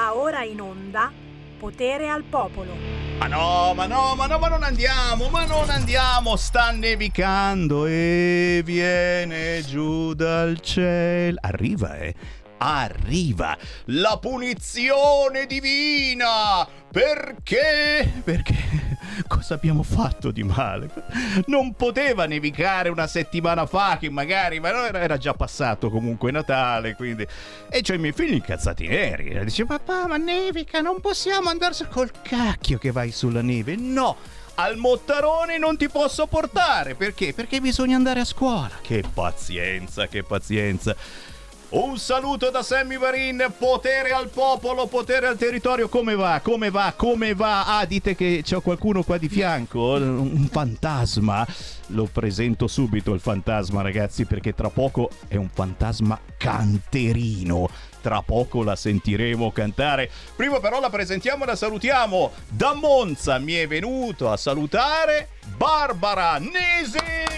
Va ora in onda Potere al Popolo. Ma non andiamo, sta nevicando e viene giù dal cielo. Arriva la punizione divina. Perché? Cosa abbiamo fatto di male? Non poteva nevicare una settimana fa, che magari, ma era già passato comunque Natale, quindi. E c'ho i miei figli incazzati neri. Dice: papà, ma nevica, non possiamo andarsene. Col cacchio che vai sulla neve. No, al Mottarone non ti posso portare. Perché? Perché bisogna andare a scuola. Che pazienza. Un saluto da Sammy Varin, potere al popolo, potere al territorio. Come va? Ah, dite che c'ho qualcuno qua di fianco, un fantasma. Lo presento subito il fantasma, ragazzi, perché tra poco è un fantasma canterino. Tra poco la sentiremo cantare. Prima però la presentiamo e la salutiamo. Da Monza mi è venuto a salutare Barbara Nisi.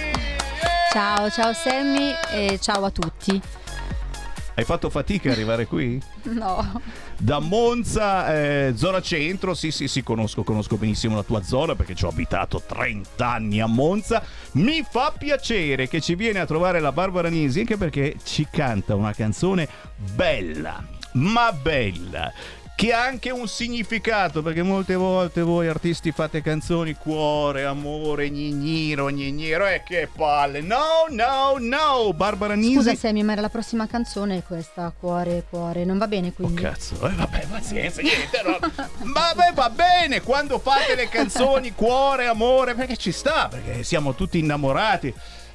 Ciao Sammy e ciao a tutti. Hai fatto fatica a arrivare qui? No. Da Monza, zona centro, sì, conosco benissimo la tua zona perché ci ho abitato 30 anni a Monza. Mi fa piacere che ci viene a trovare la Barbara Nisi, anche perché ci canta una canzone bella, che ha anche un significato, perché molte volte voi artisti fate canzoni cuore, amore, gnigniro, che palle. No, Barbara Nisi. Scusa Sammy, ma era la prossima canzone questa, cuore, non va bene quindi? Oh cazzo, vabbè, pazienza, niente, no. Vabbè, va bene, quando fate le canzoni cuore, amore, perché ci sta, perché siamo tutti innamorati.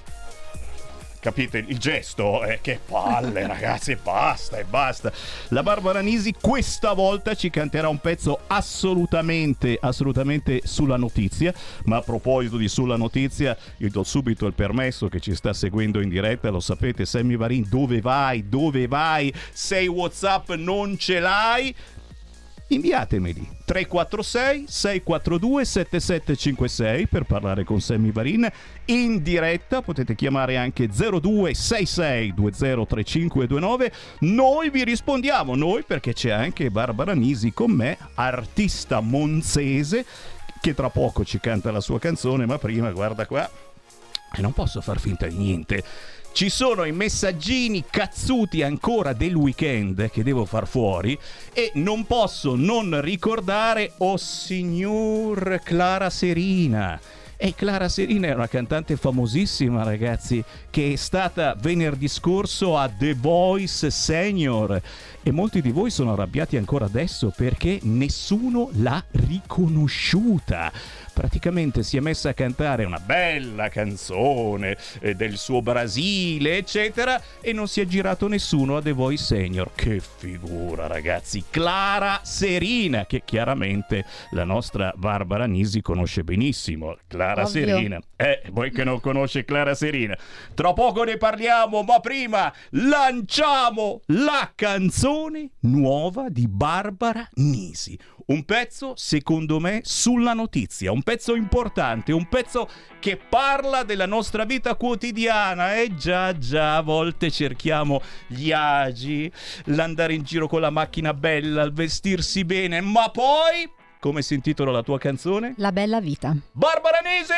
Capite il gesto? Che palle, ragazzi, basta. La Barbara Nisi questa volta ci canterà un pezzo assolutamente sulla notizia. Ma a proposito di sulla notizia, io do subito il permesso, che ci sta seguendo in diretta, lo sapete, Sammy Varin, dove vai? Sei WhatsApp, non ce l'hai? Inviatemeli 346 642 7756 per parlare con Sammy Varin in diretta. Potete chiamare anche 0266 203529. Noi vi rispondiamo, perché c'è anche Barbara Nisi con me, artista monzese, che tra poco ci canta la sua canzone. Ma prima, guarda qua, e non posso far finta di niente. Ci sono i messaggini cazzuti ancora del weekend che devo far fuori e non posso non ricordare signor Clara Serina. E Clara Serina è una cantante famosissima, ragazzi, che è stata venerdì scorso a The Voice Senior e molti di voi sono arrabbiati ancora adesso perché nessuno l'ha riconosciuta. Praticamente si è messa a cantare una bella canzone del suo Brasile, eccetera, e non si è girato nessuno a The Voice Senior. Che figura, ragazzi! Clara Serina, che chiaramente la nostra Barbara Nisi conosce benissimo. Clara Ovvio. Serina. Voi che non conosce Clara Serina. Tra poco ne parliamo, ma prima lanciamo la canzone nuova di Barbara Nisi. Un pezzo, secondo me, sulla notizia, un pezzo importante, un pezzo che parla della nostra vita quotidiana. Già, a volte cerchiamo gli agi, l'andare in giro con la macchina bella, il vestirsi bene, ma poi, come si intitola la tua canzone? La bella vita. Barbara Nisi!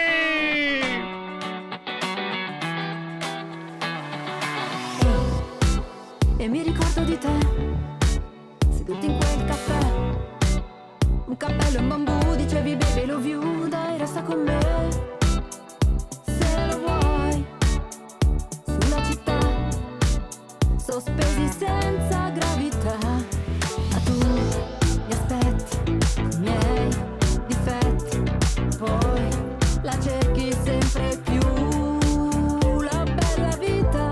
E mi ricordo di te, seduti in quel caffè, un cappello in bambù, dicevi baby love you, dai resta con me, se lo vuoi, sulla città, sospesi senza gravità, ma tu mi aspetti, i miei difetti, poi la cerchi sempre più, la bella vita.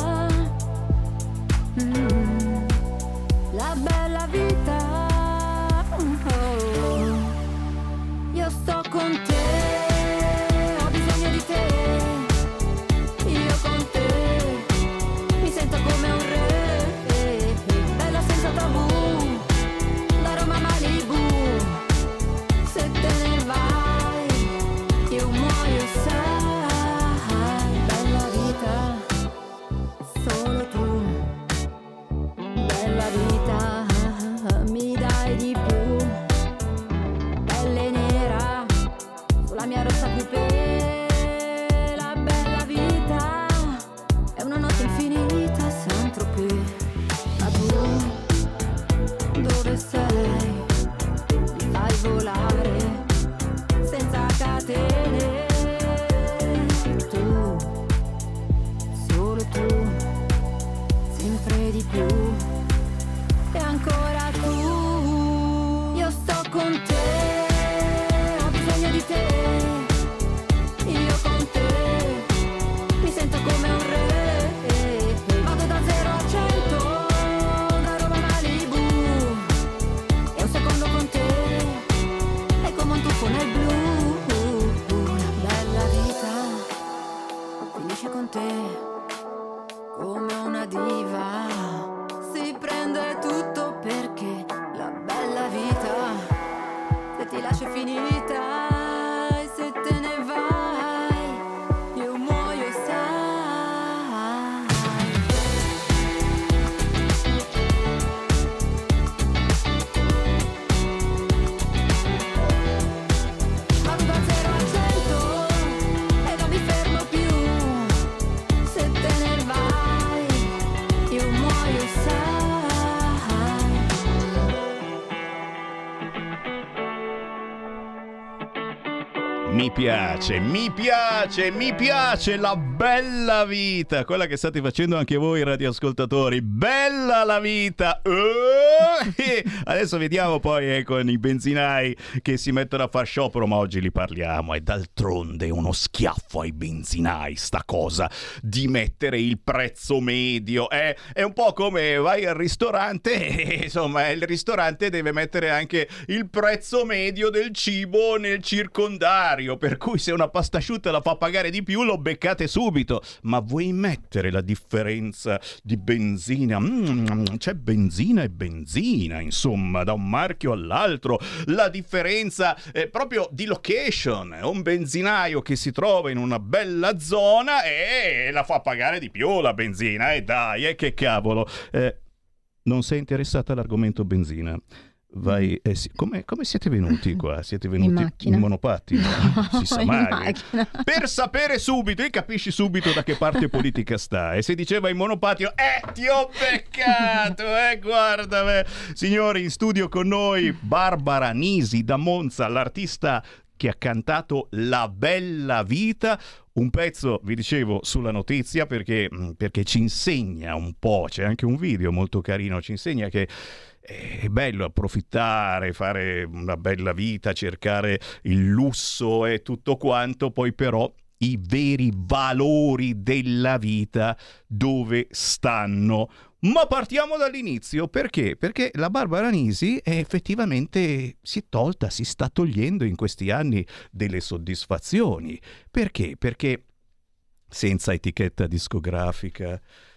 La bella vita, io sto con te, ho bisogno di te, io con te, mi sento come un re, bella senza tabù, da Roma a Malibu, se te ne vai, io muoio sai, bella vita, solo tu. Bella vita, mi dà più. E ancora tu, io sto con te, ho bisogno di te, io con te, mi sento come un re, vado da 0 a 100, da Roma a Malibu, e un secondo con te, è come un tuffo nel blu, una bella vita, finisce con te, come una diva, si prende tutto perché la bella vita, se ti lascio è finita, e se te ne vai, io muoio, sai. Vado da 0 a 100 e non mi fermo più, se te ne vai, io muoio, sai. Mi piace la bella vita, quella che state facendo anche voi radioascoltatori, bella la vita. Adesso vediamo poi con i benzinai che si mettono a far sciopero, ma oggi li parliamo, e d'altronde è uno schiaffo ai benzinai sta cosa di mettere il prezzo medio, è un po' come vai al ristorante e insomma il ristorante deve mettere anche il prezzo medio del cibo nel circondario, per cui se una pasta asciutta la fa pagare di più lo beccate subito. Ma vuoi mettere la differenza di benzina? C'è benzina e benzina, insomma, da un marchio all'altro, la differenza proprio di location, un benzinaio che si trova in una bella zona e la fa pagare di più la benzina, e dai, che cavolo. Non sei interessata all'argomento benzina? Vai, sì. Come siete venuti qua? Siete venuti in monopattino? Si sa mai. Per sapere subito, e capisci subito da che parte politica sta. E se diceva in monopattino, ti ho beccato, guarda. Signori, in studio con noi Barbara Nisi da Monza, l'artista che ha cantato La Bella Vita, un pezzo, vi dicevo, sulla notizia, perché ci insegna un po', c'è anche un video molto carino, ci insegna che è bello approfittare, fare una bella vita, cercare il lusso e tutto quanto, poi però i veri valori della vita dove stanno? Ma partiamo dall'inizio, perché? Perché la Barbara Nisi effettivamente si sta togliendo in questi anni delle soddisfazioni. Perché? Perché senza etichetta discografica,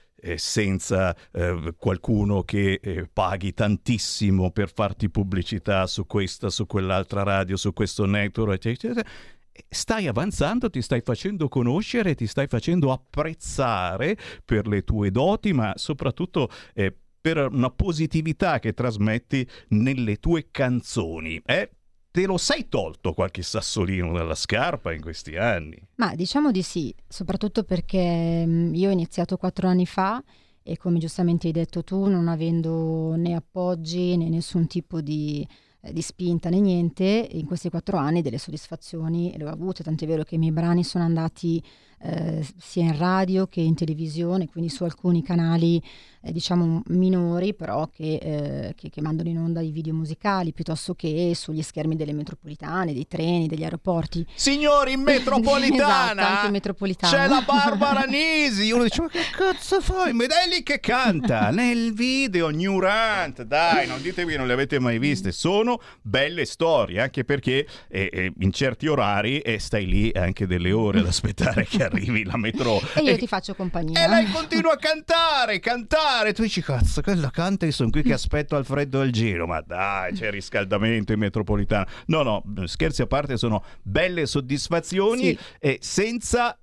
senza qualcuno che paghi tantissimo per farti pubblicità su questa, su quell'altra radio, su questo network, eccetera, stai avanzando, ti stai facendo conoscere, ti stai facendo apprezzare per le tue doti, ma soprattutto per una positività che trasmetti nelle tue canzoni. Te lo sei tolto qualche sassolino dalla scarpa in questi anni? Ma diciamo di sì, soprattutto perché io ho iniziato 4 anni fa e, come giustamente hai detto tu, non avendo né appoggi né nessun tipo di spinta né niente, in questi 4 anni delle soddisfazioni le ho avute, tant'è vero che i miei brani sono andati sia in radio che in televisione, quindi su alcuni canali diciamo minori, però che mandano in onda i video musicali, piuttosto che sugli schermi delle metropolitane, dei treni, degli aeroporti. Signori, in metropolitana, esatto, anche in metropolitana c'è la Barbara Nisi. Uno dice, ma che cazzo fai? Ma è lì che canta nel video New Rant. Dai, non ditevi che non le avete mai viste, sono belle storie, anche perché in certi orari stai lì anche delle ore ad aspettare che arrivi la metro e io ti faccio compagnia e lei continua a cantare, tu dici, cazzo, quella canta, io sono qui che aspetto al freddo al giro. Ma dai, c'è riscaldamento in metropolitana. No, scherzi a parte, sono belle soddisfazioni, sì. senza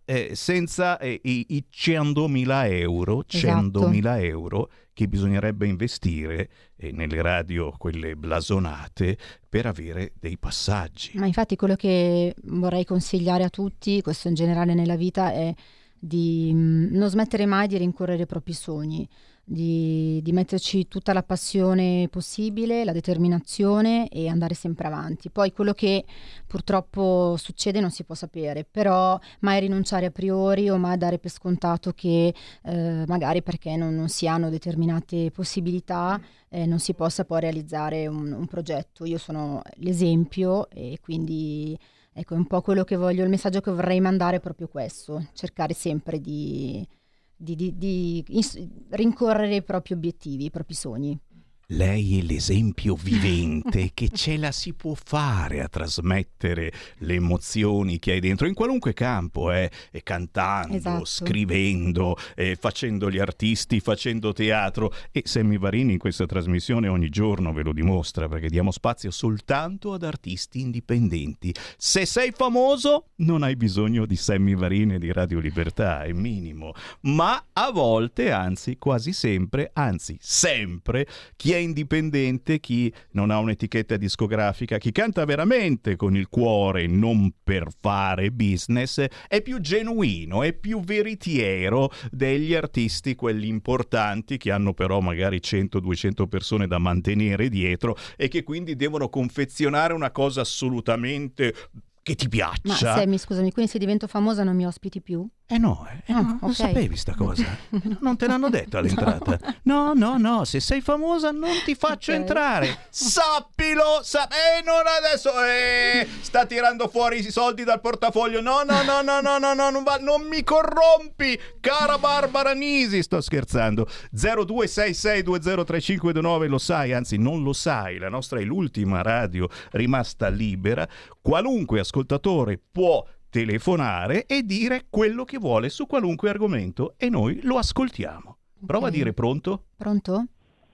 i 100.000 euro, esatto. 100.000 euro che bisognerebbe investire nelle radio, quelle blasonate, per avere dei passaggi. Ma infatti quello che vorrei consigliare a tutti, questo in generale nella vita, è di non smettere mai di rincorrere i propri sogni, di metterci tutta la passione possibile, la determinazione e andare sempre avanti. Poi quello che purtroppo succede non si può sapere, però mai rinunciare a priori o mai dare per scontato che magari perché non si hanno determinate possibilità non si possa poi realizzare un progetto. Io sono l'esempio e quindi ecco, è un po' quello che voglio, il messaggio che vorrei mandare è proprio questo, cercare sempre di rincorrere i propri obiettivi, i propri sogni. Lei è l'esempio vivente che ce la si può fare a trasmettere le emozioni che hai dentro in qualunque campo, cantando, esatto, scrivendo, facendo gli artisti, facendo teatro. E Sammy Varini in questa trasmissione ogni giorno ve lo dimostra, perché diamo spazio soltanto ad artisti indipendenti. Se sei famoso non hai bisogno di Sammy Varini e di Radio Libertà, è minimo, ma a volte, anzi quasi sempre, anzi sempre, chi è indipendente, chi non ha un'etichetta discografica, chi canta veramente con il cuore, non per fare business, è più genuino, è più veritiero degli artisti, quelli importanti, che hanno però magari 100-200 persone da mantenere dietro e che quindi devono confezionare una cosa assolutamente che ti piaccia. Ma Sammy, scusami, quindi se divento famosa non mi ospiti più? No, non okay. sapevi sta cosa? Non te l'hanno detto all'entrata? No, se sei famosa non ti faccio entrare. Sappilo, non adesso, sta tirando fuori i soldi dal portafoglio. No, non mi corrompi, cara Barbara Nisi, sto scherzando. 0266203529, lo sai, anzi non lo sai, la nostra è l'ultima radio rimasta libera. Qualunque ascoltatore può telefonare e dire quello che vuole su qualunque argomento e noi lo ascoltiamo. Prova a dire pronto? Pronto?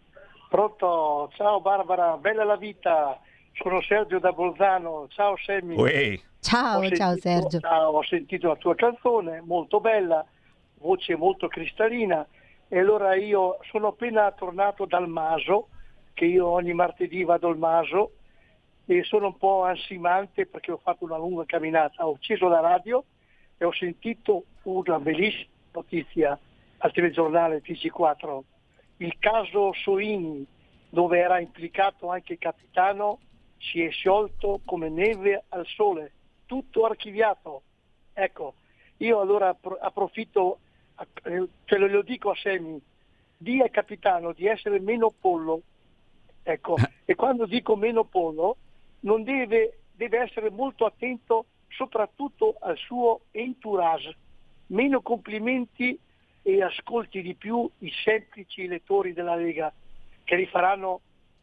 Pronto, ciao Barbara, bella la vita, sono Sergio da Bolzano, ciao Sammy. Ciao Sergio. Ciao, ho sentito la tua canzone, molto bella, voce molto cristallina, e allora io sono appena tornato dal Maso, che io ogni martedì vado al Maso, e sono un po' ansimante perché ho fatto una lunga camminata, ho acceso la radio e ho sentito una bellissima notizia al telegiornale TG4, il caso Soini, dove era implicato anche il capitano, si è sciolto come neve al sole, tutto archiviato. Ecco, io allora approfitto, ce lo dico a Sammy, di al capitano di essere meno pollo, ecco, e quando dico meno pollo non deve essere molto attento soprattutto al suo entourage, meno complimenti e ascolti di più i semplici elettori della Lega, che li faranno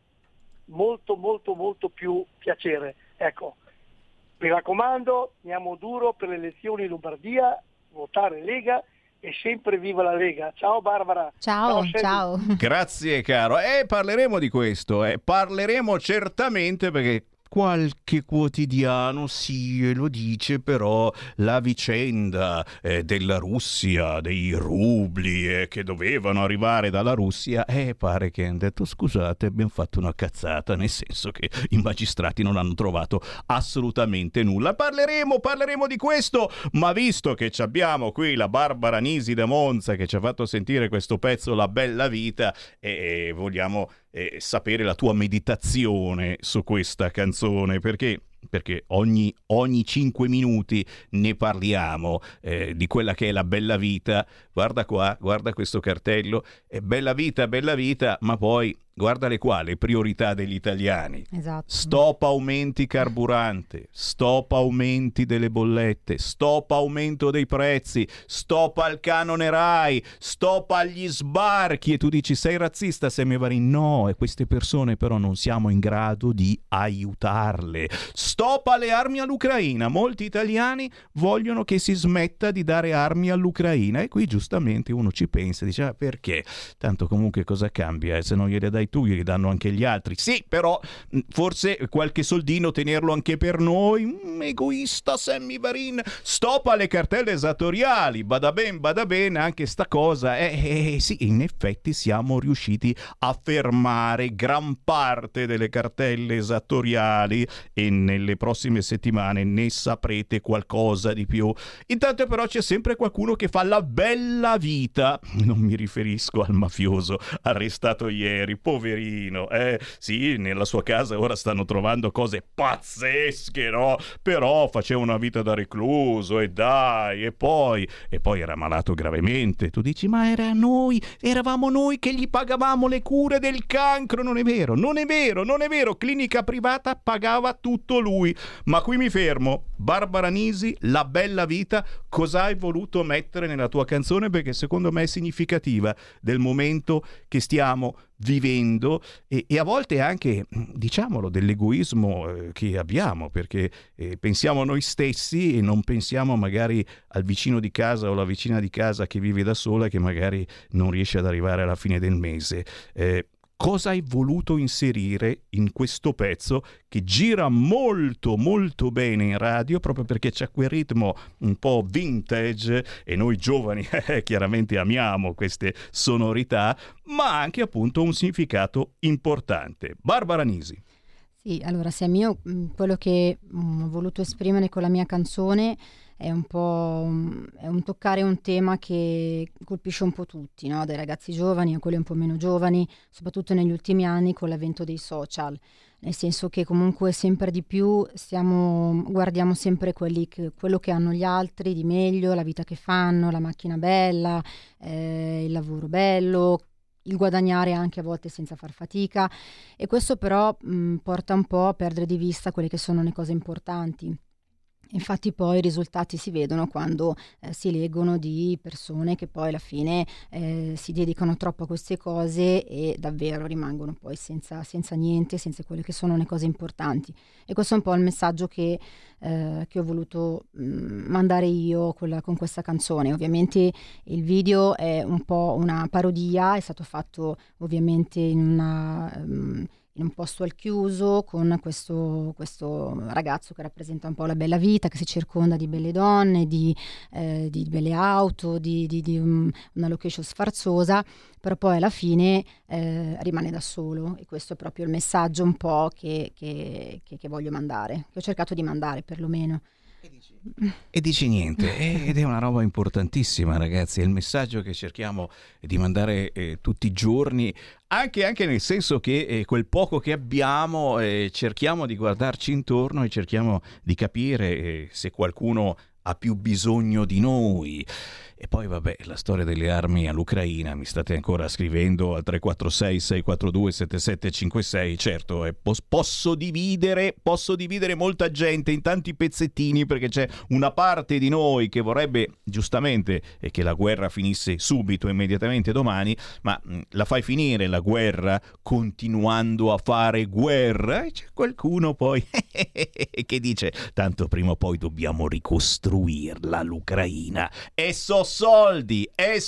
molto più piacere. Ecco, mi raccomando, andiamo duro per le elezioni in Lombardia, votare Lega e sempre viva la Lega. Ciao Barbara. Ciao. Grazie caro. Parleremo di questo, parleremo certamente, perché qualche quotidiano sì lo dice, però la vicenda della Russia, dei rubli che dovevano arrivare dalla Russia, pare che hanno detto scusate, abbiamo fatto una cazzata, nel senso che i magistrati non hanno trovato assolutamente nulla. Parleremo di questo, ma visto che abbiamo qui la Barbara Nisi da Monza che ci ha fatto sentire questo pezzo La Bella Vita, vogliamo sapere la tua meditazione su questa canzone, perché ogni 5 minuti ne parliamo di quella che è la bella vita. Guarda qua, guarda questo cartello, è bella vita, ma poi guarda le priorità degli italiani. Esatto. Stop aumenti carburante, stop aumenti delle bollette, stop aumento dei prezzi, stop al canone Rai, stop agli sbarchi. E tu dici sei razzista, Sammy Varini? No, e queste persone però non siamo in grado di aiutarle. Stop alle armi all'Ucraina. Molti italiani vogliono che si smetta di dare armi all'Ucraina, e qui giustamente uno ci pensa e dice perché? Tanto comunque cosa cambia? Se non gliele dai dai tu, glieli danno anche gli altri. Sì, però forse qualche soldino tenerlo anche per noi. Egoista Sammy Varin. Stop alle cartelle esattoriali, bada ben anche sta cosa. Sì, in effetti siamo riusciti a fermare gran parte delle cartelle esattoriali e nelle prossime settimane ne saprete qualcosa di più. Intanto però c'è sempre qualcuno che fa la bella vita. Non mi riferisco al mafioso arrestato ieri, poverino. Sì, nella sua casa ora stanno trovando cose pazzesche, no? Però faceva una vita da recluso e poi era malato gravemente. Tu dici, ma eravamo noi che gli pagavamo le cure del cancro. Non è vero, clinica privata pagava tutto lui. Ma qui mi fermo. Barbara Nisi, la bella vita, cosa hai voluto mettere nella tua canzone? Perché secondo me è significativa del momento che stiamo vivendo e a volte anche, diciamolo, dell'egoismo che abbiamo, perché pensiamo a noi stessi e non pensiamo magari al vicino di casa o la vicina di casa che vive da sola, che magari non riesce ad arrivare alla fine del mese. Cosa hai voluto inserire in questo pezzo che gira molto molto bene in radio, proprio perché c'è quel ritmo un po' vintage e noi giovani chiaramente amiamo queste sonorità, ma anche appunto un significato importante. Barbara Nisi. Sì, allora Sam, io quello che ho voluto esprimere con la mia canzone è un toccare un tema che colpisce un po' tutti, no? Dai ragazzi giovani a quelli un po' meno giovani, soprattutto negli ultimi anni con l'avvento dei social, nel senso che comunque sempre di più guardiamo sempre quello che hanno gli altri di meglio, la vita che fanno, la macchina bella, il lavoro bello, il guadagnare anche a volte senza far fatica, e questo però porta un po' a perdere di vista quelle che sono le cose importanti. Infatti poi i risultati si vedono quando si leggono di persone che poi alla fine si dedicano troppo a queste cose e davvero rimangono poi senza niente, senza quelle che sono le cose importanti. E questo è un po' il messaggio che ho voluto mandare io con questa canzone. Ovviamente il video è un po' una parodia, è stato fatto ovviamente in un posto al chiuso con questo ragazzo che rappresenta un po' la bella vita, che si circonda di belle donne, di belle auto, di una location sfarzosa, però poi alla fine rimane da solo, e questo è proprio il messaggio un po' che voglio mandare, che ho cercato di mandare perlomeno. E dici niente, ed è una roba importantissima, ragazzi, è il messaggio che cerchiamo di mandare tutti i giorni, anche nel senso che quel poco che abbiamo cerchiamo di guardarci intorno e cerchiamo di capire se qualcuno ha più bisogno di noi. E poi vabbè, la storia delle armi all'Ucraina, mi state ancora scrivendo al 346 642 7756. Certo, posso dividere molta gente in tanti pezzettini, perché c'è una parte di noi che vorrebbe giustamente che la guerra finisse subito, immediatamente domani, ma la fai finire la guerra continuando a fare guerra? E c'è qualcuno poi che dice tanto prima o poi dobbiamo ricostruirla l'Ucraina. E so soldi,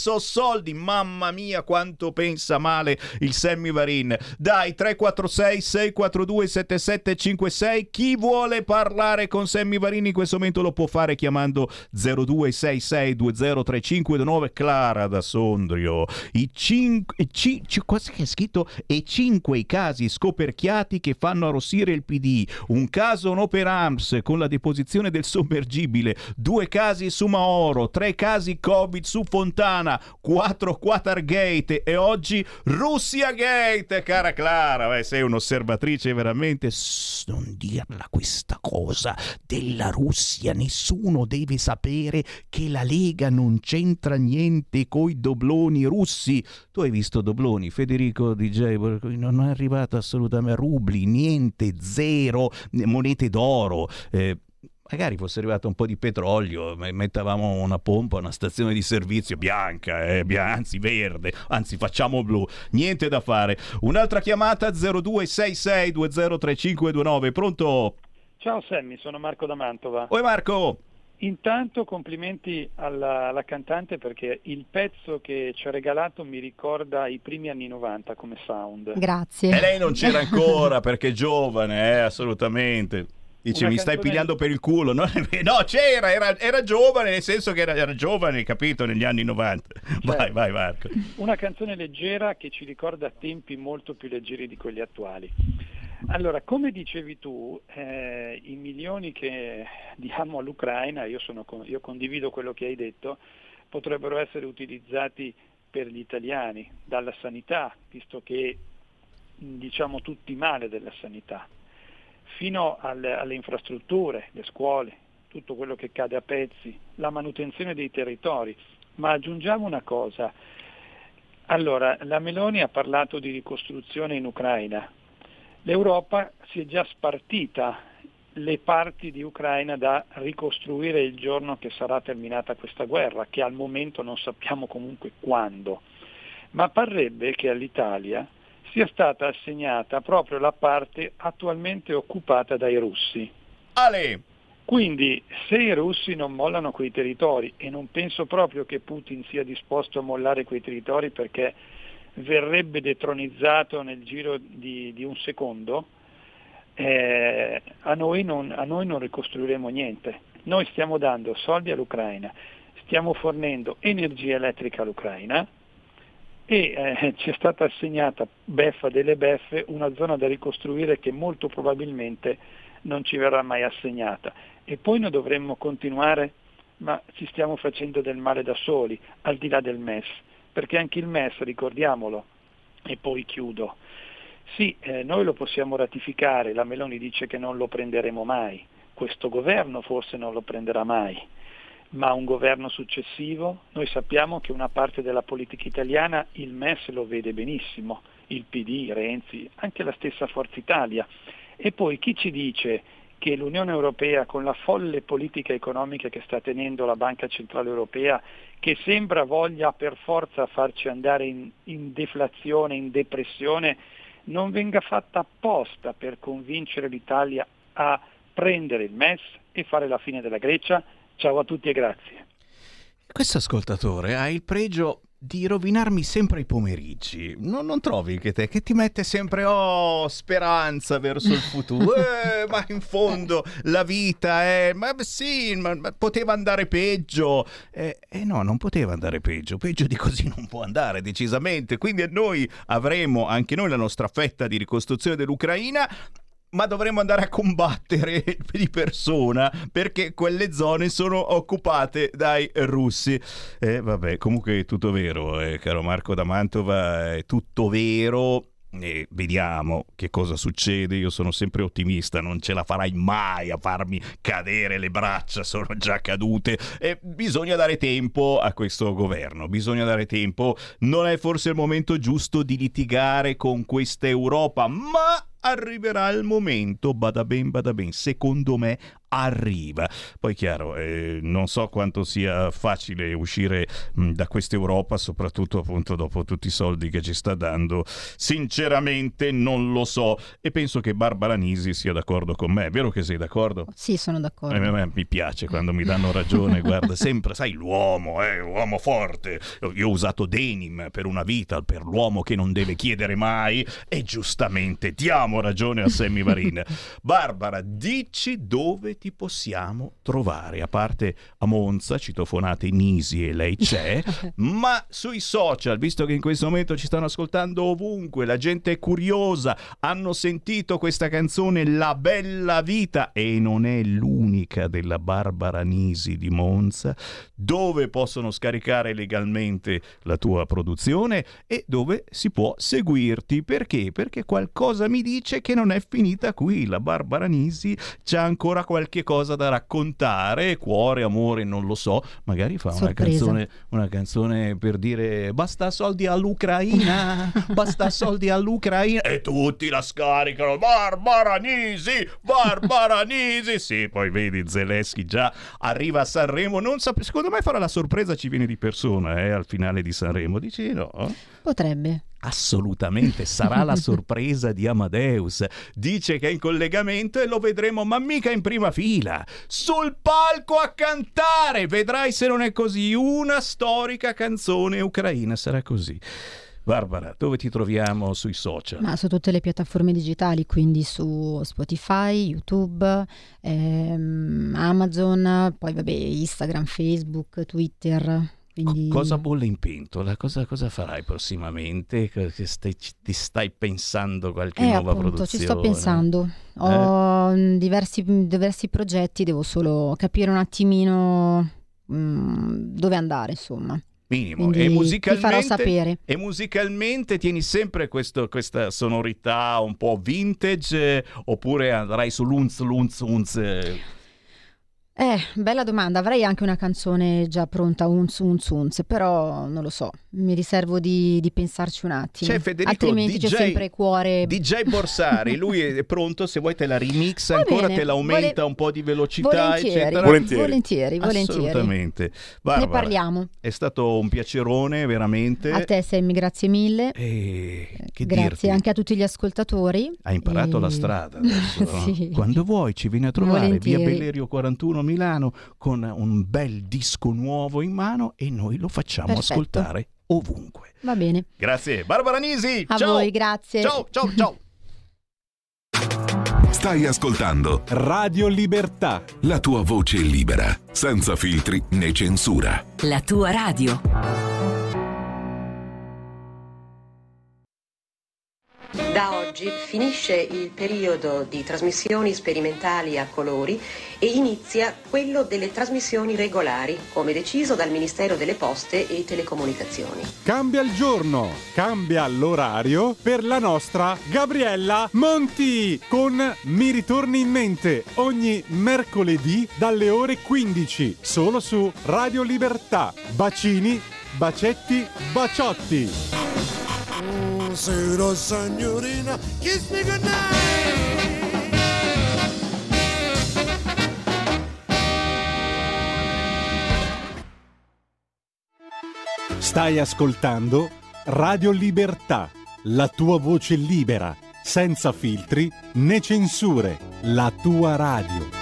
mamma mia quanto pensa male il Sammy Varin. Dai, 346 642 7756, chi vuole parlare con Sammy Varin in questo momento lo può fare chiamando 0266203529. Clara da Sondrio, cosa che è scritto? E 5 i casi scoperchiati che fanno arrossire il PD, un caso no per AMS con la deposizione del sommergibile, 2 casi su Maoro, 3 casi Covid su Fontana, 4 Qatargate e oggi Russiagate. Cara Clara, sei un'osservatrice veramente. Non dirla questa cosa della Russia, nessuno deve sapere che la Lega non c'entra niente coi dobloni russi. Tu hai visto dobloni, Federico DJ? Non è arrivato assolutamente rubli, niente, zero, monete d'oro. Magari fosse arrivato un po' di petrolio, mettavamo una pompa, una stazione di servizio bianca, anzi verde, anzi facciamo blu, niente da fare. Un'altra chiamata 0266203529. Pronto? Ciao Sammy, sono Marco da Mantova. Oi Marco! Intanto complimenti alla cantante, perché il pezzo che ci ha regalato mi ricorda i primi anni 90 come sound. Grazie. E lei non c'era ancora perché è giovane, assolutamente. Dice, Una mi stai canzone- pigliando per il culo. No, c'era, era giovane, nel senso che era giovane, capito, negli anni 90. Vai Marco. Una canzone leggera che ci ricorda tempi molto più leggeri di quelli attuali. Allora, come dicevi tu, i milioni che diamo all'Ucraina, io condivido quello che hai detto, potrebbero essere utilizzati per gli italiani, dalla sanità, visto che diciamo tutti male della sanità, fino alle infrastrutture, le scuole, tutto quello che cade a pezzi, la manutenzione dei territori. Ma aggiungiamo una cosa. Allora, la Meloni ha parlato di ricostruzione in Ucraina. L'Europa si è già spartita le parti di Ucraina da ricostruire il giorno che sarà terminata questa guerra, che al momento non sappiamo comunque quando. Ma parrebbe che all'Italia sia stata assegnata proprio la parte attualmente occupata dai russi. Ale! Quindi se i russi non mollano quei territori, e non penso proprio che Putin sia disposto a mollare quei territori perché verrebbe detronizzato nel giro di un secondo, a noi non ricostruiremo niente. Noi stiamo dando soldi all'Ucraina, stiamo fornendo energia elettrica all'Ucraina, e ci è stata assegnata, beffa delle beffe, una zona da ricostruire che molto probabilmente non ci verrà mai assegnata. E poi noi dovremmo continuare, ma ci stiamo facendo del male da soli, al di là del MES, perché anche il MES, ricordiamolo, e poi chiudo, sì, noi lo possiamo ratificare, la Meloni dice che non lo prenderemo mai, questo governo forse non lo prenderà mai, ma un governo successivo, noi sappiamo che una parte della politica italiana il MES lo vede benissimo, il PD, Renzi, anche la stessa Forza Italia. E poi chi ci dice che l'Unione Europea, con la folle politica economica che sta tenendo la Banca Centrale Europea, che sembra voglia per forza farci andare in deflazione, in depressione, non venga fatta apposta per convincere l'Italia a prendere il MES e fare la fine della Grecia? Ciao a tutti e grazie. Questo ascoltatore ha il pregio di rovinarmi sempre i pomeriggi. Non trovi che ti mette sempre speranza verso il futuro? Ma in fondo la vita è... Ma sì, ma poteva andare peggio. No, non poteva andare peggio. Peggio di così non può andare, decisamente. Quindi noi avremo anche noi la nostra fetta di ricostruzione dell'Ucraina, ma dovremmo andare a combattere di persona perché quelle zone sono occupate dai russi. Vabbè, comunque è tutto vero, caro Marco da Mantova, è tutto vero. E vediamo che cosa succede. Io sono sempre ottimista, non ce la farai mai a farmi cadere le braccia, sono già cadute. Bisogna dare tempo a questo governo, bisogna dare tempo. Non è forse il momento giusto di litigare con questa Europa, ma arriverà il momento, bada ben, secondo me arriva. Poi chiaro, non so quanto sia facile uscire da questa Europa, soprattutto appunto dopo tutti i soldi che ci sta dando. Sinceramente non lo so, e penso che Barbara Nisi sia d'accordo con me. È vero che sei d'accordo? Sì, sono d'accordo. A me mi piace quando mi danno ragione. Guarda, sempre, sai, l'uomo, uomo forte. Io ho usato denim per una vita, per l'uomo che non deve chiedere mai, e giustamente diamo ragione a Sammy Varin. Barbara, dici dove ti possiamo trovare, a parte a Monza, citofonate Nisi e lei c'è, ma sui social, visto che in questo momento ci stanno ascoltando ovunque, la gente è curiosa, hanno sentito questa canzone La Bella Vita, e non è l'unica della Barbara Nisi di Monza, dove possono scaricare legalmente la tua produzione e dove si può seguirti. Perché? Perché qualcosa mi dice che non è finita qui, la Barbara Nisi c'ha ancora qualche cosa da raccontare, cuore, amore, non lo so, magari fa una canzone per dire basta soldi all'Ucraina, basta soldi all'Ucraina, e tutti la scaricano, Barbara Nisi, sì, poi vedi Zelensky già arriva a Sanremo, non so, secondo me farà la sorpresa, ci viene di persona al finale di Sanremo, dici no? Potrebbe. Assolutamente, sarà la sorpresa di Amadeus. Dice che è in collegamento e lo vedremo, ma mica in prima fila, sul palco a cantare. Vedrai se non è così, una storica canzone ucraina, sarà così. Barbara, dove ti troviamo sui social? Ma su tutte le piattaforme digitali, quindi su Spotify, YouTube, Amazon, poi vabbè Instagram, Facebook, Twitter. Quindi... Cosa bolle in pentola? Cosa farai prossimamente? Ti stai pensando qualche nuova appunto, produzione? Ci sto pensando. Ho diversi progetti, devo solo capire un attimino dove andare, insomma. Minimo. Quindi E musicalmente, ti farò sapere. E musicalmente tieni sempre questa sonorità un po' vintage, oppure andrai su l'unz? Bella domanda. Avrei anche una canzone già pronta, unz, però non lo so, mi riservo di pensarci un attimo. C'è Federico, altrimenti c'è sempre cuore. DJ Borsari, lui è pronto, se vuoi te la remixa Va ancora, bene, te l'aumenta un po' di velocità, eccetera. Volentieri. Assolutamente. Barbara, ne parliamo. È stato un piacerone, veramente. A te Sammy, grazie mille. Che grazie dirti? Anche a tutti gli ascoltatori. Hai imparato la strada adesso. Sì. Quando vuoi ci vieni a trovare, Volentieri. via Bellerio 41 Milano, con un bel disco nuovo in mano e noi lo facciamo ascoltare ovunque. Va bene. Grazie Barbara Nisi. A ciao. voi, grazie. Ciao. Stai ascoltando Radio Libertà, la tua voce libera, senza filtri né censura. La tua radio. Da oggi finisce il periodo di trasmissioni sperimentali a colori e inizia quello delle trasmissioni regolari, come deciso dal Ministero delle Poste e Telecomunicazioni. cambia il giorno, cambia l'orario per la nostra Gabriella Monti con Mi ritorni in mente ogni mercoledì dalle ore 15, solo su Radio Libertà. Bacini, bacetti, baciotti. Sera signorina, kiss me goodnight. Stai ascoltando Radio Libertà, la tua voce libera, senza filtri né censure, la tua radio.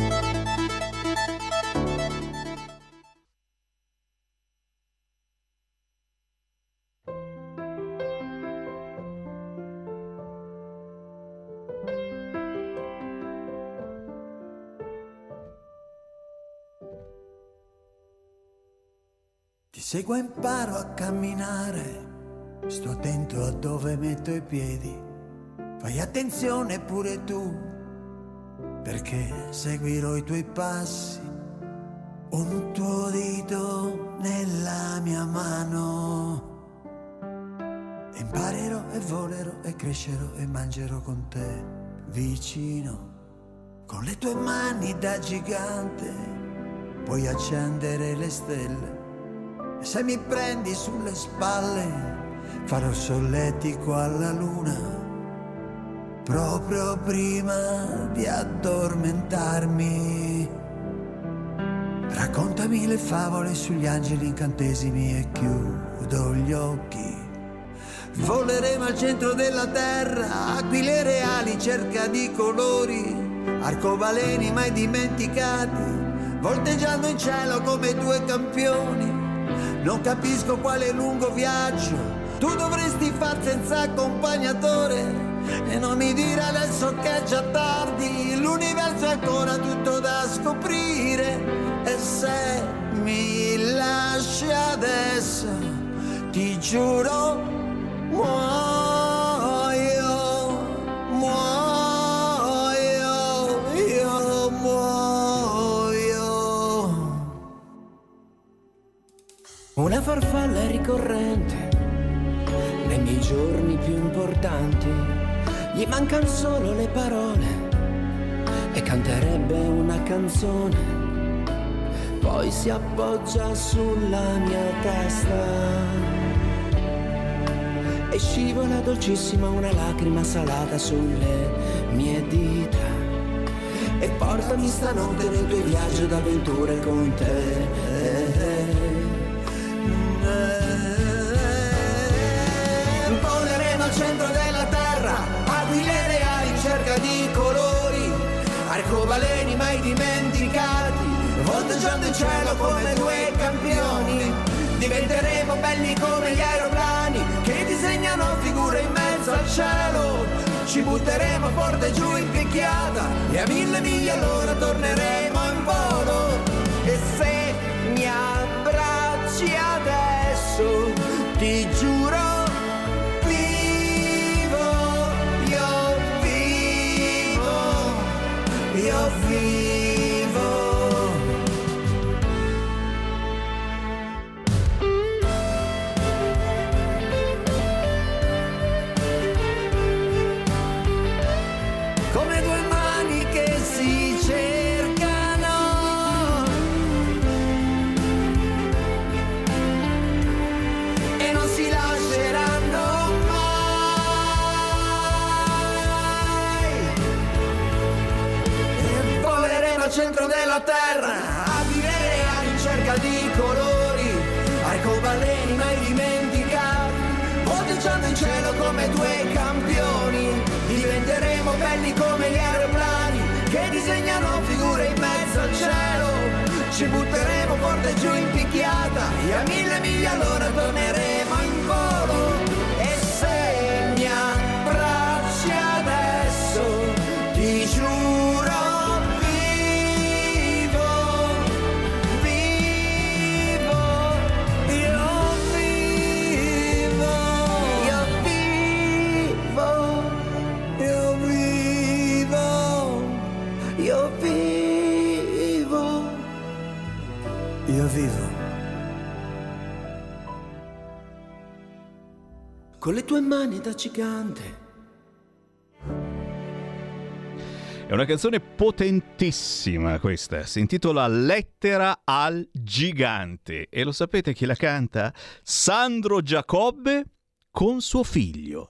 Ti seguo e imparo a camminare, sto attento a dove metto i piedi. Fai attenzione pure tu, perché seguirò i tuoi passi. Un tuo dito nella mia mano. E imparerò e volerò e crescerò e mangerò con te vicino. Con le tue mani da gigante puoi accendere le stelle. E se mi prendi sulle spalle farò solletico alla luna, proprio prima di addormentarmi. Raccontami le favole sugli angeli incantesimi e chiudo gli occhi. Voleremo al centro della terra, aquile reali, cerca di colori, arcobaleni mai dimenticati, volteggiando in cielo come due campioni. Non capisco quale lungo viaggio tu dovresti far senza accompagnatore. E non mi dire adesso che è già tardi, l'universo è ancora tutto da scoprire. E se mi lasci adesso, ti giuro, io muoio. Una farfalla ricorrente nei miei giorni più importanti, gli mancan solo le parole e canterebbe una canzone, poi si appoggia sulla mia testa e scivola dolcissima una lacrima salata sulle mie dita. E portami stanotte nel tuo viaggio d'avventure con te. centro della terra, aquile reali in cerca di colori, arcobaleni mai dimenticati, volteggiando in cielo come due campioni. Diventeremo belli come gli aeroplani che disegnano figure in mezzo al cielo. Ci butteremo forte giù in picchiata e a 1000 miglia all'ora torneremo in volo. E se mi abbracci adesso, ti giuro, vivo, io vivo. Come due mani che si cercano e non si lasceranno mai. E voleremo al centro della terra, aquile reali in cerca di colori, arcobaleni mai dimenticati, volteggiando in cielo come due campioni. Diventeremo belli come gli aeroplani che disegnano figure in mezzo al cielo. Ci butteremo forte giù in picchiata e a 1000 miglia all'ora torneremo in volo. E se mi abbracci adesso, ti giuro, vivo, io vivo. Con le tue mani da gigante. È una canzone potentissima questa, si intitola Lettera al gigante e lo sapete chi la canta? Sandro Giacobbe con suo figlio.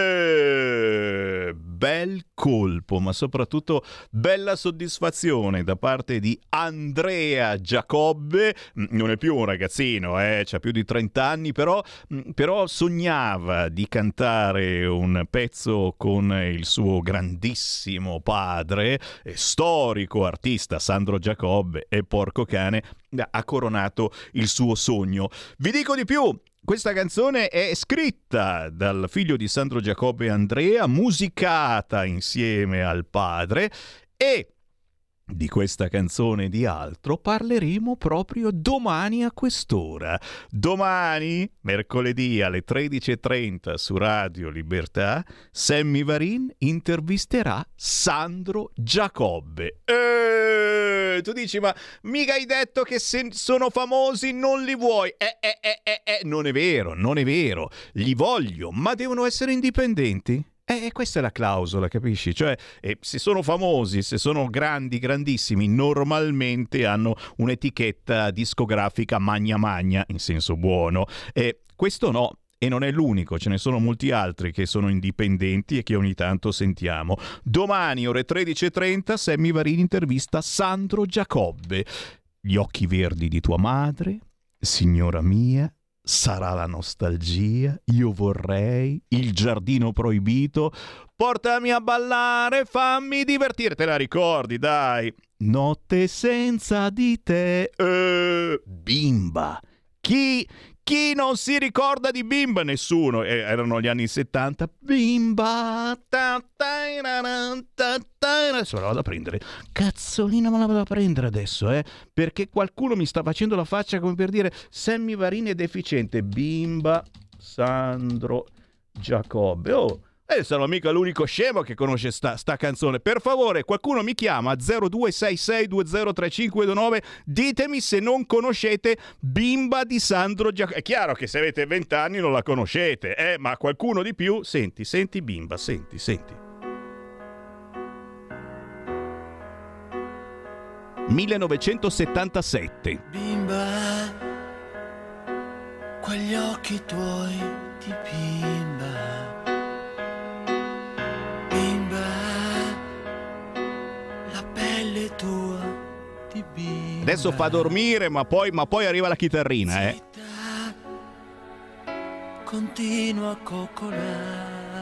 Bel colpo, ma soprattutto bella soddisfazione da parte di Andrea Giacobbe. Non è più un ragazzino, c'ha più di 30 anni, però sognava di cantare un pezzo con il suo grandissimo padre, storico artista Sandro Giacobbe, e porco cane ha coronato il suo sogno. Vi dico di più. Questa canzone è scritta dal figlio di Sandro Giacobbe, Andrea, musicata insieme al padre, e di questa canzone e di altro parleremo proprio domani a quest'ora. Domani, mercoledì alle 13:30 su Radio Libertà, Sammy Varin intervisterà Sandro Giacobbe. Tu dici, ma mica hai detto che se sono famosi non li vuoi? Non è vero, non è vero. Li voglio, ma devono essere indipendenti. Questa è la clausola, capisci? Cioè, se sono famosi, se sono grandi, grandissimi, normalmente hanno un'etichetta discografica magna, in senso buono. Questo no. E non è l'unico, ce ne sono molti altri che sono indipendenti e che ogni tanto sentiamo. Domani, ore 13:30, Sammy Varin intervista Sandro Giacobbe. Gli occhi verdi di tua madre, signora mia, sarà la nostalgia, io vorrei, il giardino proibito, portami a ballare, fammi divertire. Te la ricordi, dai? Notte senza di te, Bimba. Chi non si ricorda di Bimba? Nessuno. Erano gli anni 70. Bimba. Adesso la vado a prendere. Cazzolina, me la vado a prendere adesso, perché qualcuno mi sta facendo la faccia come per dire Sammy Varin è deficiente. Bimba, Sandro Giacobbe. Oh, sono mica l'unico scemo che conosce sta canzone. Per favore, qualcuno mi chiama 0266203529. Ditemi se non conoscete Bimba di Sandro Giacobbe. È chiaro che se avete 20 anni non la conoscete, ma qualcuno di più. Senti Bimba, senti. 1977. Bimba, quegli occhi tuoi di bimba. Tua di bimba. Adesso fa dormire, ma poi arriva la chitarrina, Continua a coccolare.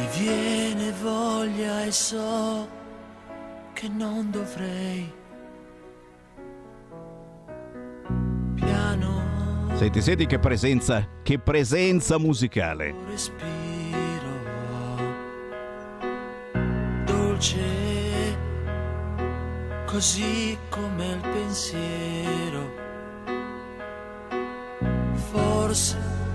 viene voglia e so che non dovrei. Piano. Senti che presenza musicale. Respiro dolce, così come il pensiero. Forse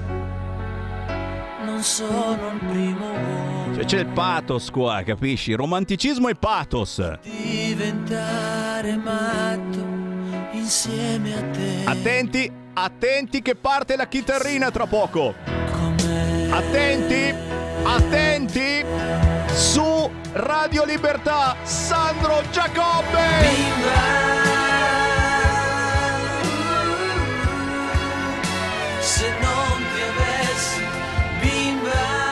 non sono il primo uomo. Cioè, c'è il pathos qua, capisci? Romanticismo e pathos. Diventare matto insieme a te. Attenti che parte la chitarrina tra poco. Attenti. Su Radio Libertà, Sandro Giacobbe. Se non ti avessi, bimba,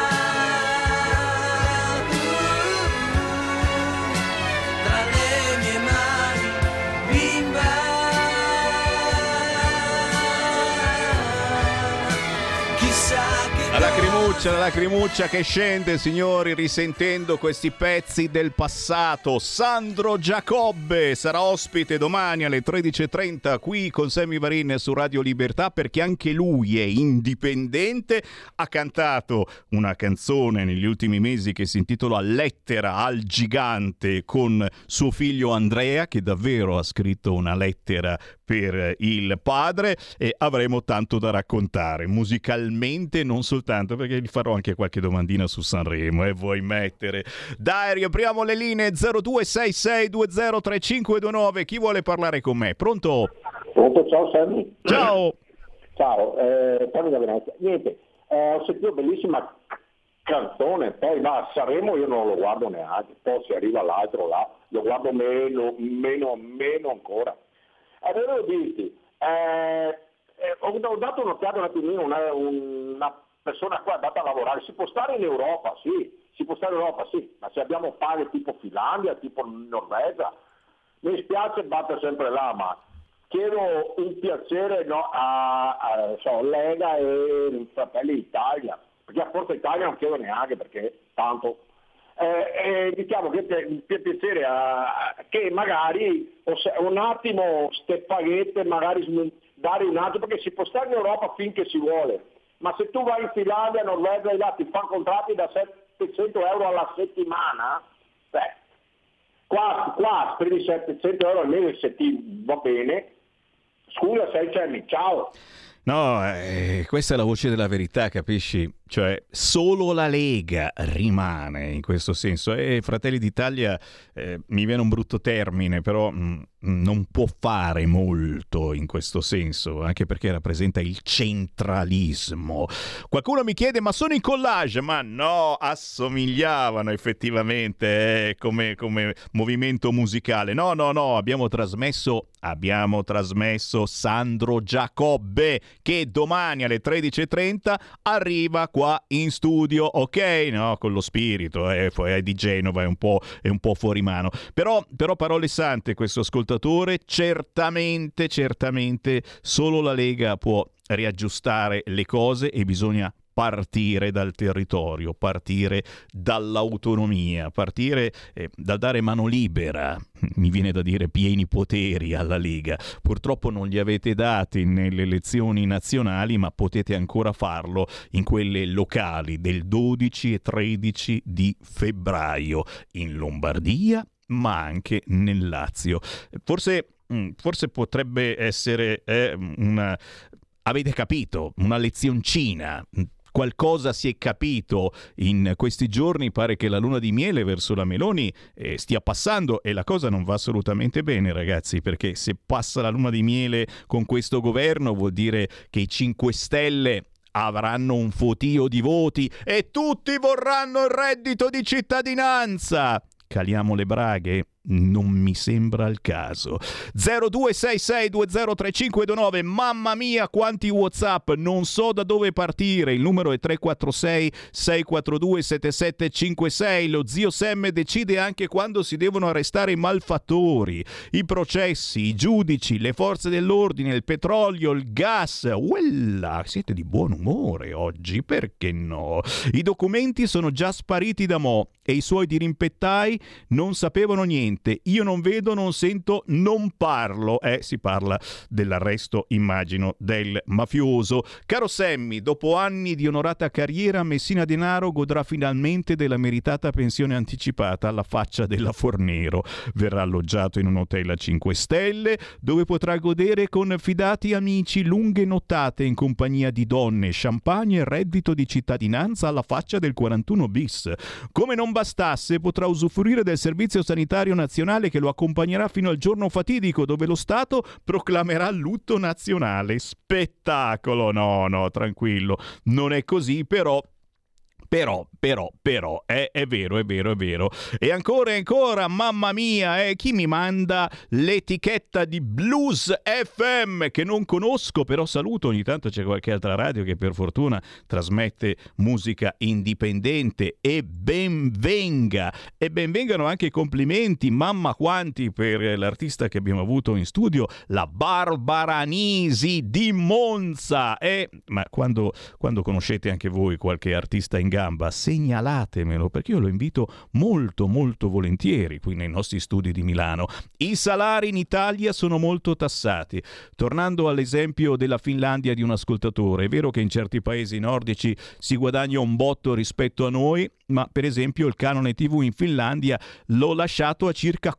tra le mie mani, bimba, chissà che La lacrimuccia che scende, signori, risentendo questi pezzi del passato. Sandro Giacobbe sarà ospite domani alle 13.30 qui con Sammy Varin su Radio Libertà, perché anche lui è indipendente. Ha cantato una canzone negli ultimi mesi che si intitola Lettera al gigante con suo figlio Andrea, che davvero ha scritto una lettera per il padre, e avremo tanto da raccontare musicalmente, non soltanto, perché gli farò anche qualche domandina su Sanremo, vuoi mettere? Dai, riapriamo le linee 0266203529. Chi vuole parlare con me? Pronto? Pronto, ciao Sammy. Ciao. Ciao, Sammy da Venezia. Niente, ho sentito bellissima canzone, poi va a Sanremo io non lo guardo neanche, poi se arriva l'altro là, lo guardo meno ancora. Volevo dirti, ho dato un'occhiata un attimino, una persona qua è andata a lavorare, si può stare in Europa, sì, ma se abbiamo paghe tipo Finlandia, tipo Norvegia, mi spiace battere sempre là, ma chiedo un piacere a Lega e Fratelli d'Italia, perché a Forza Italia non chiedo neanche, perché tanto... diciamo che per piacere che magari un attimo ste paghette magari dare un attimo, perché si può stare in Europa finché si vuole, ma se tu vai in Finlandia, Norvegia e là ti fanno contratti da 700 euro alla settimana, qua spendi 700 euro al mese se ti va bene. Scusa, sei ciao. No, questa è la voce della verità, capisci? Cioè, solo la Lega rimane in questo senso. E Fratelli d'Italia, mi viene un brutto termine, però non può fare molto in questo senso, anche perché rappresenta il centralismo. Qualcuno mi chiede, ma sono in collage? Ma no, assomigliavano effettivamente come movimento musicale. No, abbiamo trasmesso Sandro Giacobbe, che domani alle 13.30 arriva qua in studio, ok? No, con lo spirito, è di Genova, è un po' fuori mano. Però parole sante, questo ascoltatore, certamente solo la Lega può riaggiustare le cose e bisogna partire dal territorio, partire dall'autonomia, partire dal dare mano libera, mi viene da dire pieni poteri alla Lega. Purtroppo non li avete dati nelle elezioni nazionali, ma potete ancora farlo in quelle locali del 12 e 13 di febbraio in Lombardia, ma anche nel Lazio. Forse potrebbe essere avete capito, una lezioncina. Qualcosa si è capito in questi giorni, pare che la luna di miele verso la Meloni stia passando, e la cosa non va assolutamente bene, ragazzi, perché se passa la luna di miele con questo governo vuol dire che i 5 Stelle avranno un fotio di voti e tutti vorranno il reddito di cittadinanza. Caliamo le braghe? non mi sembra il caso. 0266203529. Mamma mia quanti WhatsApp, non so da dove partire. Il numero è 346 642 7756. Lo zio Sam decide anche quando si devono arrestare i malfattori, i processi, i giudici, le forze dell'ordine, il petrolio, il gas. Uella, siete di buon umore oggi, perché no? I documenti sono già spariti da mo' e i suoi dirimpettai non sapevano niente. Io non vedo, non sento, non parlo. Si parla dell'arresto, immagino, del mafioso. Caro Sammy, dopo anni di onorata carriera, Messina Denaro godrà finalmente della meritata pensione anticipata alla faccia della Fornero. Verrà alloggiato in un hotel a 5 stelle, dove potrà godere con fidati amici lunghe nottate in compagnia di donne, champagne e reddito di cittadinanza alla faccia del 41 bis. Come non bastasse, potrà usufruire del servizio sanitario nazionale che lo accompagnerà fino al giorno fatidico dove lo Stato proclamerà lutto nazionale. Spettacolo! No, tranquillo, non è così, però è vero. E ancora, mamma mia, chi mi manda l'etichetta di Blues FM che non conosco, però saluto, ogni tanto c'è qualche altra radio che per fortuna trasmette musica indipendente, e benvengano anche i complimenti, mamma quanti, per l'artista che abbiamo avuto in studio, la Barbara Nisi di Monza. Ma quando conoscete anche voi qualche artista in segnalatemelo, perché io lo invito molto volentieri qui nei nostri studi di Milano. I salari in Italia sono molto tassati. Tornando all'esempio della Finlandia di un ascoltatore, è vero che in certi paesi nordici si guadagna un botto rispetto a noi, ma per esempio il canone TV in Finlandia l'ho lasciato a circa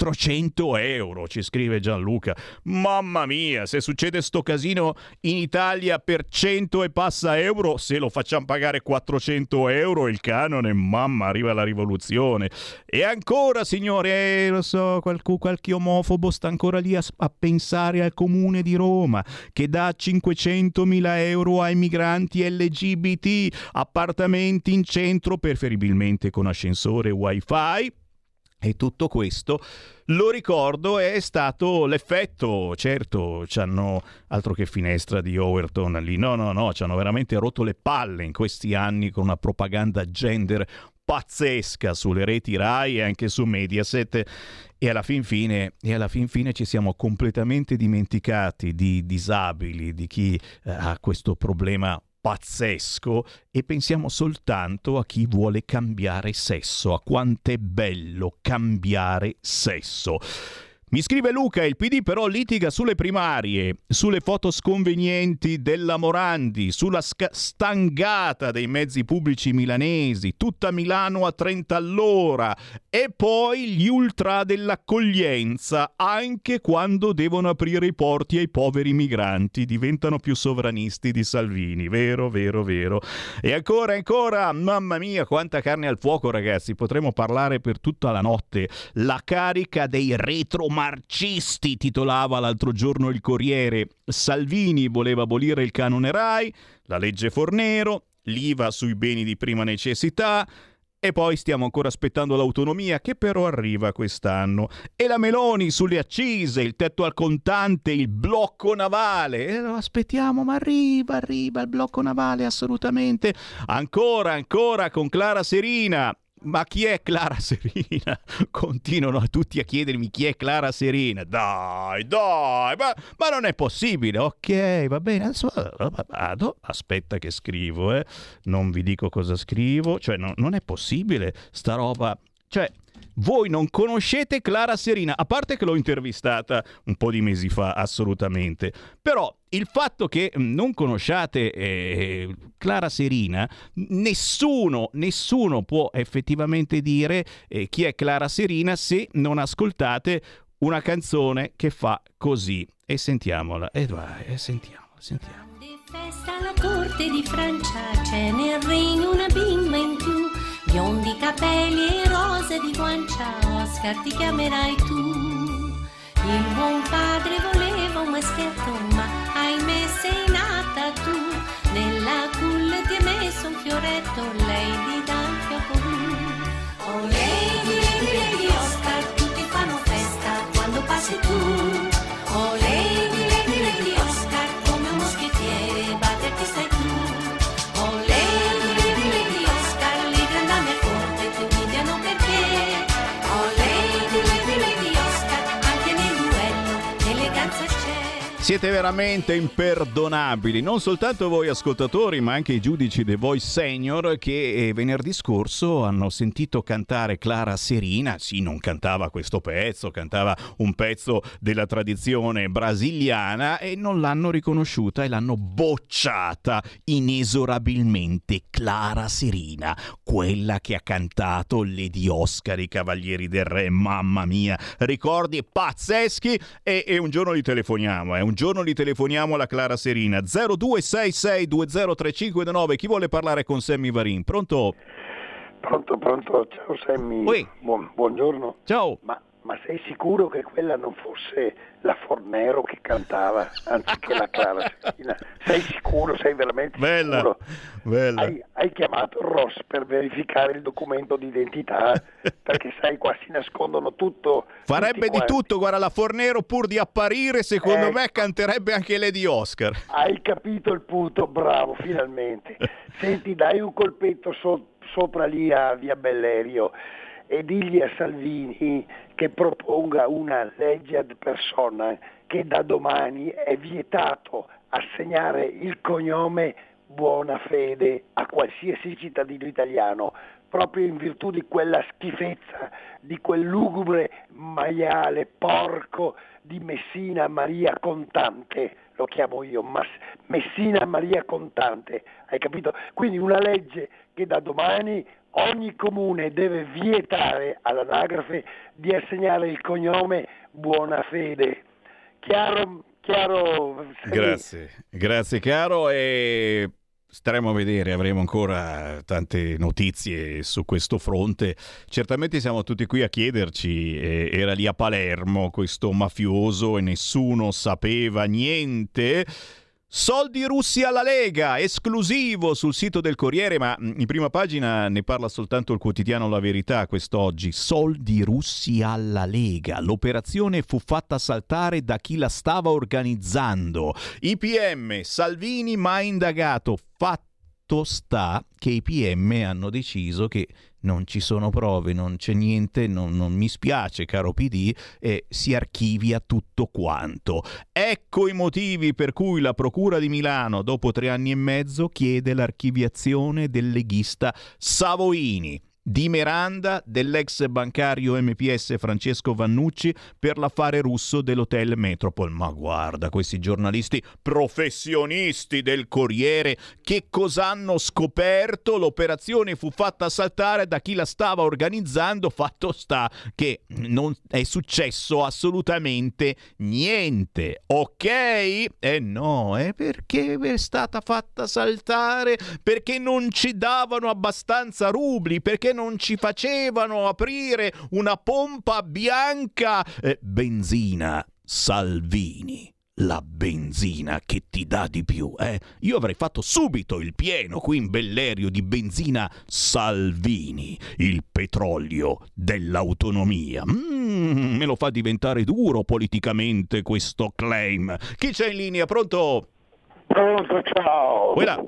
400 euro, ci scrive Gianluca. Mamma mia, se succede sto casino in Italia per 100 e passa euro, se lo facciamo pagare 400 euro il canone, mamma, arriva la rivoluzione. E ancora, signore, lo so, qualche omofobo sta ancora lì a pensare al comune di Roma che dà 500.000 euro ai migranti LGBT, appartamenti in centro preferibilmente con ascensore wifi. E tutto questo, lo ricordo, è stato l'effetto. Certo, c'hanno altro che finestra di Overton lì. No, c'hanno veramente rotto le palle in questi anni con una propaganda gender pazzesca sulle reti Rai e anche su Mediaset. E alla fin fine ci siamo completamente dimenticati di disabili, di chi ha questo problema pazzesco, e pensiamo soltanto a chi vuole cambiare sesso, a quanto è bello cambiare sesso. Mi scrive Luca, il PD però litiga sulle primarie, sulle foto sconvenienti della Morandi, sulla stangata dei mezzi pubblici milanesi, tutta Milano a 30 all'ora, e poi gli ultra dell'accoglienza, anche quando devono aprire i porti ai poveri migranti, diventano più sovranisti di Salvini, vero. E ancora, mamma mia, quanta carne al fuoco, ragazzi, potremmo parlare per tutta la notte. La carica dei retromarcisti, titolava l'altro giorno il Corriere. Salvini voleva abolire il canone Rai, la legge Fornero, l'IVA sui beni di prima necessità, e poi stiamo ancora aspettando l'autonomia, che però arriva quest'anno, e la Meloni sulle accise, il tetto al contante, il blocco navale. E lo aspettiamo, ma arriva il blocco navale, assolutamente. Ancora con Clara Serina. Ma chi è Clara Serina? Continuano tutti a chiedermi chi è Clara Serina. Dai, ma non è possibile. Ok, va bene, adesso vado. Aspetta che scrivo, non vi dico cosa scrivo. Cioè, non è possibile sta roba. Cioè, voi non conoscete Clara Serina, a parte che l'ho intervistata un po' di mesi fa, assolutamente. Però il fatto che non conosciate Clara Serina, nessuno può effettivamente dire chi è Clara Serina se non ascoltate una canzone che fa così. E sentiamola, sentiamo. Festa alla corte di Francia, c'è nel regno una bimba in più, biondi capelli e rose di guancia, Oscar ti chiamerai tu. Il buon padre voleva un maschietto, ma ahimè sei nata tu, nella culla ti hai messo un fioretto, lei ti dà il fiocco blu. Oh lady, Oscar, tutti fanno Siete veramente imperdonabili, non soltanto voi ascoltatori, ma anche i giudici The Voice Senior che venerdì scorso hanno sentito cantare Clara Serina. Sì, non cantava questo pezzo, cantava un pezzo della tradizione brasiliana e non l'hanno riconosciuta e l'hanno bocciata inesorabilmente. Clara Serina, quella che ha cantato Lady Oscar, i Cavalieri del Re, mamma mia, ricordi pazzeschi e un giorno li telefoniamo, un giorno li telefoniamo alla Clara Serina. 0266203529. Chi vuole parlare con Sammy Varin? Pronto? Pronto, ciao Sammy. Buongiorno. Ciao. Ma sei sicuro che quella non fosse la Fornero che cantava anziché la Clara Serina? Sei sicuro? Sei veramente sicuro? Bella. Hai chiamato Ross per verificare il documento d'identità? Perché sai, qua si nascondono tutto. Farebbe di tutto, guarda, la Fornero pur di apparire, secondo me canterebbe anche Lady Oscar. Hai capito il punto, bravo, finalmente. Senti, dai un colpetto sopra lì a Via Bellerio e digli a Salvini che proponga una legge ad persona che da domani è vietato assegnare il cognome Buonafede a qualsiasi cittadino italiano, proprio in virtù di quella schifezza, di quel lugubre maiale porco di Messina Maria Contante, lo chiamo io, Messina Maria Contante, hai capito? Quindi una legge che da domani ogni comune deve vietare all'anagrafe di assegnare il cognome Buonafede. Chiaro? Grazie caro, e staremo a vedere, avremo ancora tante notizie su questo fronte. Certamente siamo tutti qui a chiederci, era lì a Palermo questo mafioso e nessuno sapeva niente. Soldi russi alla Lega, esclusivo sul sito del Corriere, ma in prima pagina ne parla soltanto il quotidiano La Verità quest'oggi. Soldi russi alla Lega, l'operazione fu fatta saltare da chi la stava organizzando. I PM, Salvini mai indagato. Fatto sta che i PM hanno deciso che non ci sono prove, non c'è niente, non mi spiace caro PD, e si archivia tutto quanto. Ecco i motivi per cui la Procura di Milano dopo 3 anni e mezzo chiede l'archiviazione del leghista Savoini, di Meranda, dell'ex bancario MPS Francesco Vannucci per l'affare russo dell'Hotel Metropol. Ma guarda, questi giornalisti professionisti del Corriere che cosa hanno scoperto? L'operazione fu fatta saltare da chi la stava organizzando. Fatto sta che non è successo assolutamente niente, ok? No, perché è stata fatta saltare? Perché non ci davano abbastanza rubli, perché non ci facevano aprire una pompa bianca. Benzina Salvini, la benzina che ti dà di più, Io avrei fatto subito il pieno qui in Bellerio di benzina Salvini, il petrolio dell'autonomia. Me lo fa diventare duro politicamente questo claim. Chi c'è in linea? Pronto? Pronto, ciao. Quella.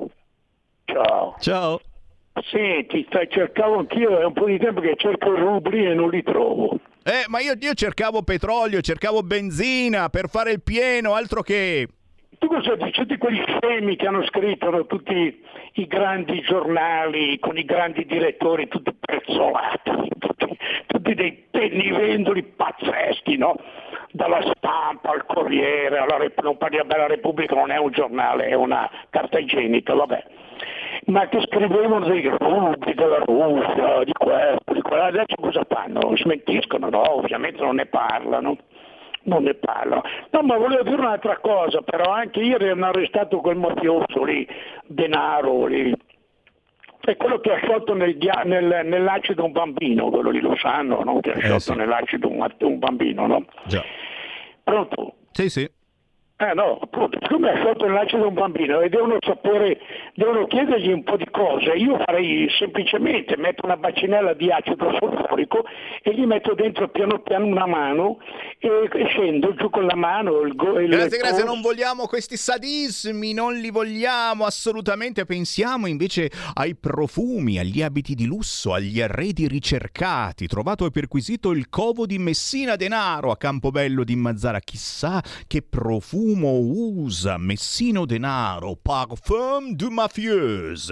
Ciao. Senti, cercavo anch'io, è un po' di tempo che cerco i rubli e non li trovo. Ma io cercavo petrolio, cercavo benzina per fare il pieno, altro che... Tu cosa dici di quegli scemi che hanno scritto, no? Tutti i grandi giornali con i grandi direttori, tutti prezzolati, tutti dei pennivendoli pazzeschi, no? Dalla Stampa al Corriere, non parliamo della Repubblica, non è un giornale, è una carta igienica, vabbè. Ma che scrivevano dei rubli della Russia, di questo, di quello, adesso cosa fanno? Smentiscono? No, ovviamente non ne parlano. No, ma volevo dire un'altra cosa, però anche ieri hanno arrestato quel mafioso lì, Denaro lì, è quello che ha sciolto nell'acido un bambino, quello lì lo sanno, no? Che ha sciolto nell'acido un bambino, no? Già. Pronto? Sì. No, appunto, siccome ha sciolto nell'acido un bambino e devono chiedergli un po' di cose, io farei semplicemente, metto una bacinella di acido solforico e gli metto dentro piano piano una mano e scendo giù con la mano. Grazie, non vogliamo questi sadismi, non li vogliamo assolutamente, pensiamo invece ai profumi, agli abiti di lusso, agli arredi ricercati. Trovato e perquisito il covo di Messina Denaro a Campobello di Mazara, chissà che profumi profumo usa Messino Denaro, parfum du mafieuse.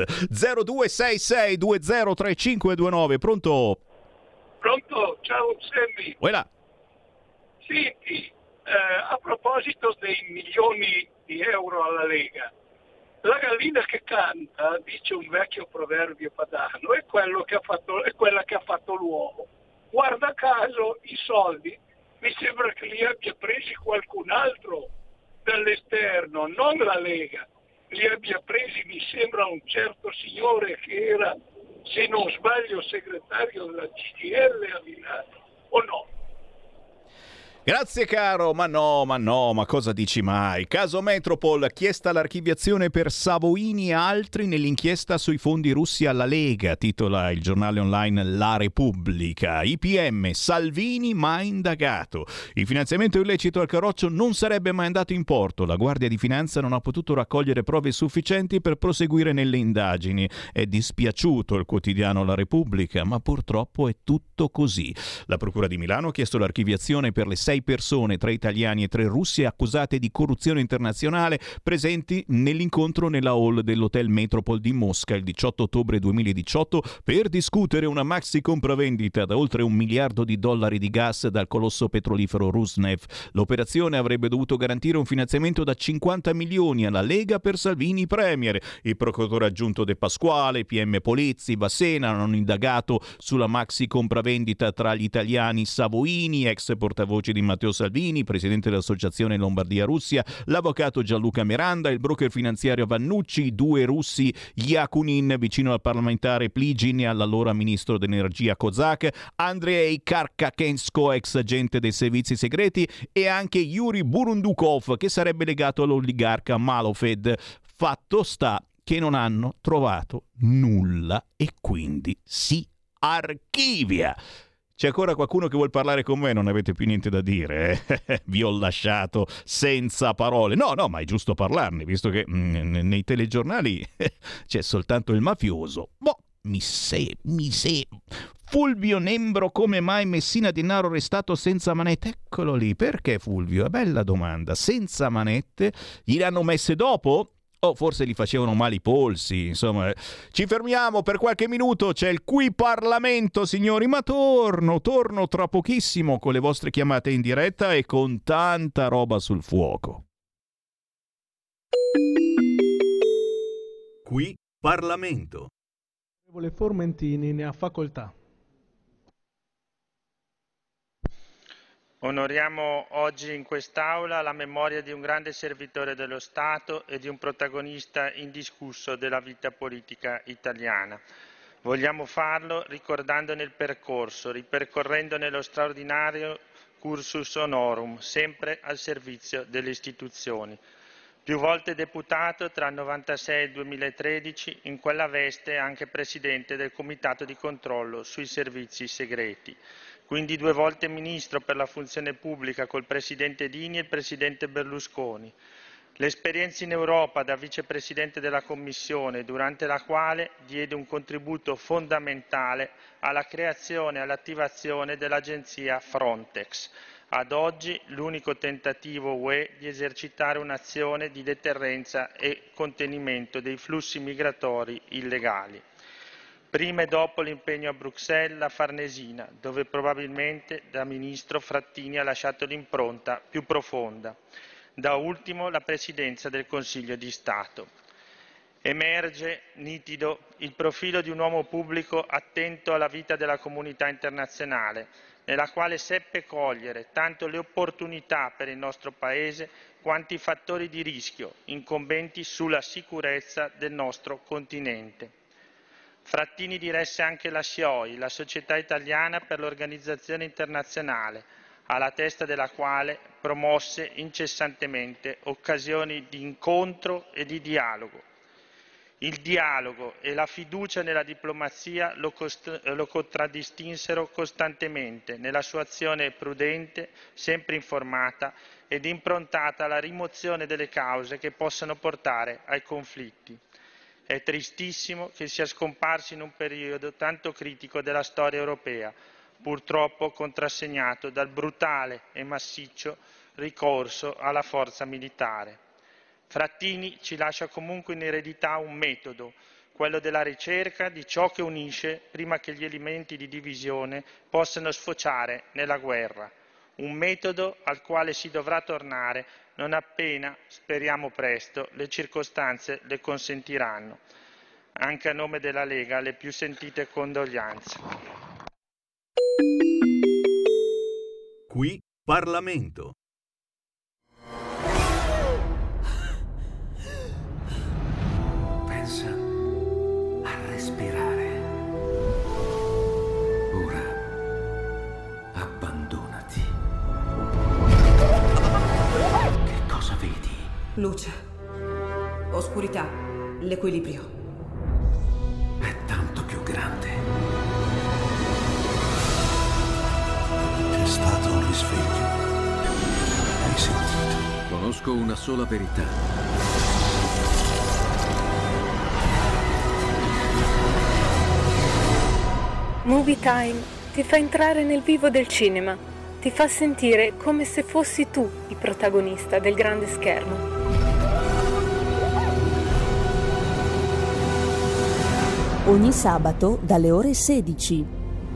0266203529, pronto? Pronto? Ciao Sammy. Voilà. Senti, a proposito dei milioni di euro alla Lega, la gallina che canta, dice un vecchio proverbio padano, è quella che ha fatto l'uovo. Guarda caso i soldi mi sembra che li abbia presi qualcun altro dall'esterno, non la Lega. Li abbia presi, mi sembra, un certo signore che era, se non sbaglio, segretario della CGIL a Milano, o no? Grazie caro, ma cosa dici mai? Caso Metropol, chiesta l'archiviazione per Savoini e altri nell'inchiesta sui fondi russi alla Lega, titola il giornale online La Repubblica. IPM, Salvini mai indagato. Il finanziamento illecito al Carroccio non sarebbe mai andato in porto. La Guardia di Finanza non ha potuto raccogliere prove sufficienti per proseguire nelle indagini. È dispiaciuto il quotidiano La Repubblica, ma purtroppo è tutto così. La Procura di Milano ha chiesto l'archiviazione per le 6 persone, 3 italiani e 3 russi, accusate di corruzione internazionale presenti nell'incontro nella hall dell'Hotel Metropol di Mosca il 18 ottobre 2018 per discutere una maxi compravendita da oltre $1 miliardo di gas dal colosso petrolifero Rosneft. L'operazione avrebbe dovuto garantire un finanziamento da 50 milioni alla Lega per Salvini Premier. Il procuratore aggiunto De Pasquale, PM Polizzi, Bassena hanno indagato sulla maxi compravendita tra gli italiani Savoini, ex portavoce di Matteo Salvini, presidente dell'associazione Lombardia-Russia, l'avvocato Gianluca Miranda, il broker finanziario Vannucci, i 2 russi Yakunin, vicino al parlamentare Pligin e all'allora ministro dell'energia Kozak, Andrei Karkakensko, ex agente dei servizi segreti, e anche Yuri Burundukov, che sarebbe legato all'oligarca Malofed. Fatto sta che non hanno trovato nulla e quindi si archivia. C'è ancora qualcuno che vuol parlare con me? Non avete più niente da dire? Vi ho lasciato senza parole. No, ma è giusto parlarne, visto che nei telegiornali c'è soltanto il mafioso. Fulvio Nembro, come mai Messina Denaro restato senza manette? Eccolo lì. Perché Fulvio? Bella domanda. Senza manette? Gliel'hanno messe dopo? O forse gli facevano male i polsi, insomma. Ci fermiamo per qualche minuto, c'è il Qui Parlamento, signori, ma torno tra pochissimo con le vostre chiamate in diretta e con tanta roba sul fuoco. Qui Parlamento. Formentini ne ha facoltà. Onoriamo oggi in quest'Aula la memoria di un grande servitore dello Stato e di un protagonista indiscusso della vita politica italiana. Vogliamo farlo ricordandone il percorso, ripercorrendone lo straordinario cursus honorum, sempre al servizio delle istituzioni. Più volte deputato tra il 1996 e il 2013, in quella veste anche presidente del Comitato di controllo sui servizi segreti. Quindi 2 volte ministro per la funzione pubblica col presidente Dini e il presidente Berlusconi. L'esperienza in Europa da vicepresidente della Commissione, durante la quale diede un contributo fondamentale alla creazione e all'attivazione dell'agenzia Frontex. Ad oggi l'unico tentativo UE di esercitare un'azione di deterrenza e contenimento dei flussi migratori illegali. Prima e dopo l'impegno a Bruxelles, la Farnesina, dove probabilmente da ministro Frattini ha lasciato l'impronta più profonda. Da ultimo la presidenza del Consiglio di Stato. Emerge nitido il profilo di un uomo pubblico attento alla vita della comunità internazionale, nella quale seppe cogliere tanto le opportunità per il nostro Paese quanto i fattori di rischio incombenti sulla sicurezza del nostro continente. Frattini diresse anche la SIOI, la Società Italiana per l'Organizzazione Internazionale, alla testa della quale promosse incessantemente occasioni di incontro e di dialogo. Il dialogo e la fiducia nella diplomazia lo contraddistinsero costantemente nella sua azione prudente, sempre informata ed improntata alla rimozione delle cause che possano portare ai conflitti. È tristissimo che sia scomparso in un periodo tanto critico della storia europea, purtroppo contrassegnato dal brutale e massiccio ricorso alla forza militare. Frattini ci lascia comunque in eredità un metodo, quello della ricerca di ciò che unisce prima che gli elementi di divisione possano sfociare nella guerra. Un metodo al quale si dovrà tornare non appena, speriamo presto, le circostanze le consentiranno. Anche a nome della Lega le più sentite condoglianze. Qui Parlamento. Pensa a respirare. Ora abbandonati. Che cosa vedi? Luce, oscurità, l'equilibrio. È tanto più grande. C'è stato un risveglio. Hai sentito? Conosco una sola verità. Movie Time ti fa entrare nel vivo del cinema, ti fa sentire come se fossi tu il protagonista del grande schermo. Ogni sabato dalle ore 16.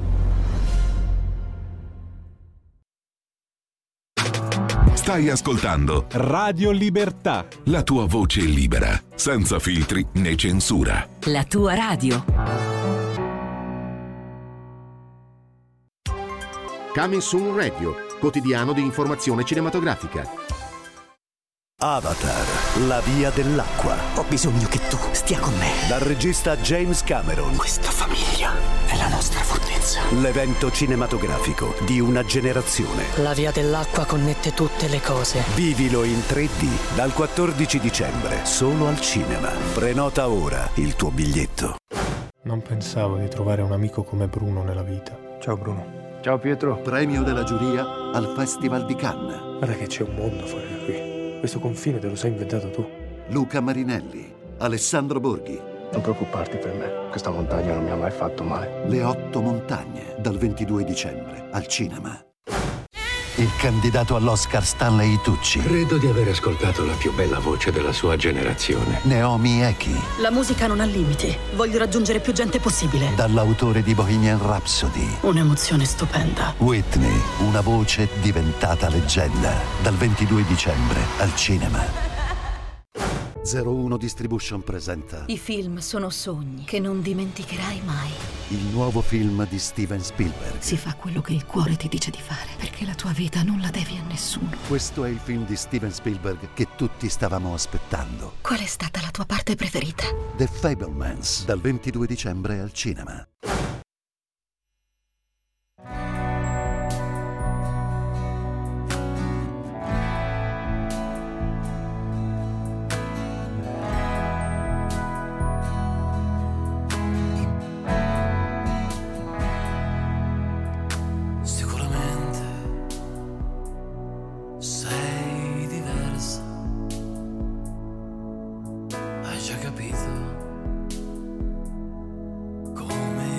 Stai ascoltando Radio Libertà. La tua voce libera, senza filtri né censura. La tua radio. Coming Soon Radio, quotidiano di informazione cinematografica. Avatar, la via dell'acqua. Ho bisogno che tu stia con me. Dal regista James Cameron. Questa famiglia è la nostra fortezza. L'evento cinematografico di una generazione. La via dell'acqua connette tutte le cose. Vivilo in 3D dal 14 dicembre, solo al cinema. Prenota ora il tuo biglietto. Non pensavo di trovare un amico come Bruno nella vita. Ciao Bruno. Ciao Pietro. Premio della giuria al Festival di Cannes. Guarda che c'è un mondo fuori da qui. Questo confine te lo sei inventato tu. Luca Marinelli, Alessandro Borghi. Non preoccuparti per me, questa montagna non mi ha mai fatto male. Le 8 montagne, dal 22 dicembre, al cinema. Il candidato all'Oscar Stanley Tucci. Credo di aver ascoltato la più bella voce della sua generazione. Naomi Eki. La musica non ha limiti. Voglio raggiungere più gente possibile. Dall'autore di Bohemian Rhapsody. Un'emozione stupenda. Whitney, una voce diventata leggenda. Dal 22 dicembre, al cinema. 01 Distribution presenta I film sono sogni che non dimenticherai mai. il nuovo film di Steven Spielberg. Si fa quello che il cuore ti dice di fare, perché la tua vita non la devi a nessuno. Questo è il film di Steven Spielberg che tutti stavamo aspettando. Qual è stata la tua parte preferita? The Fabelmans, dal 22 dicembre al cinema. Sei diversa, hai già capito come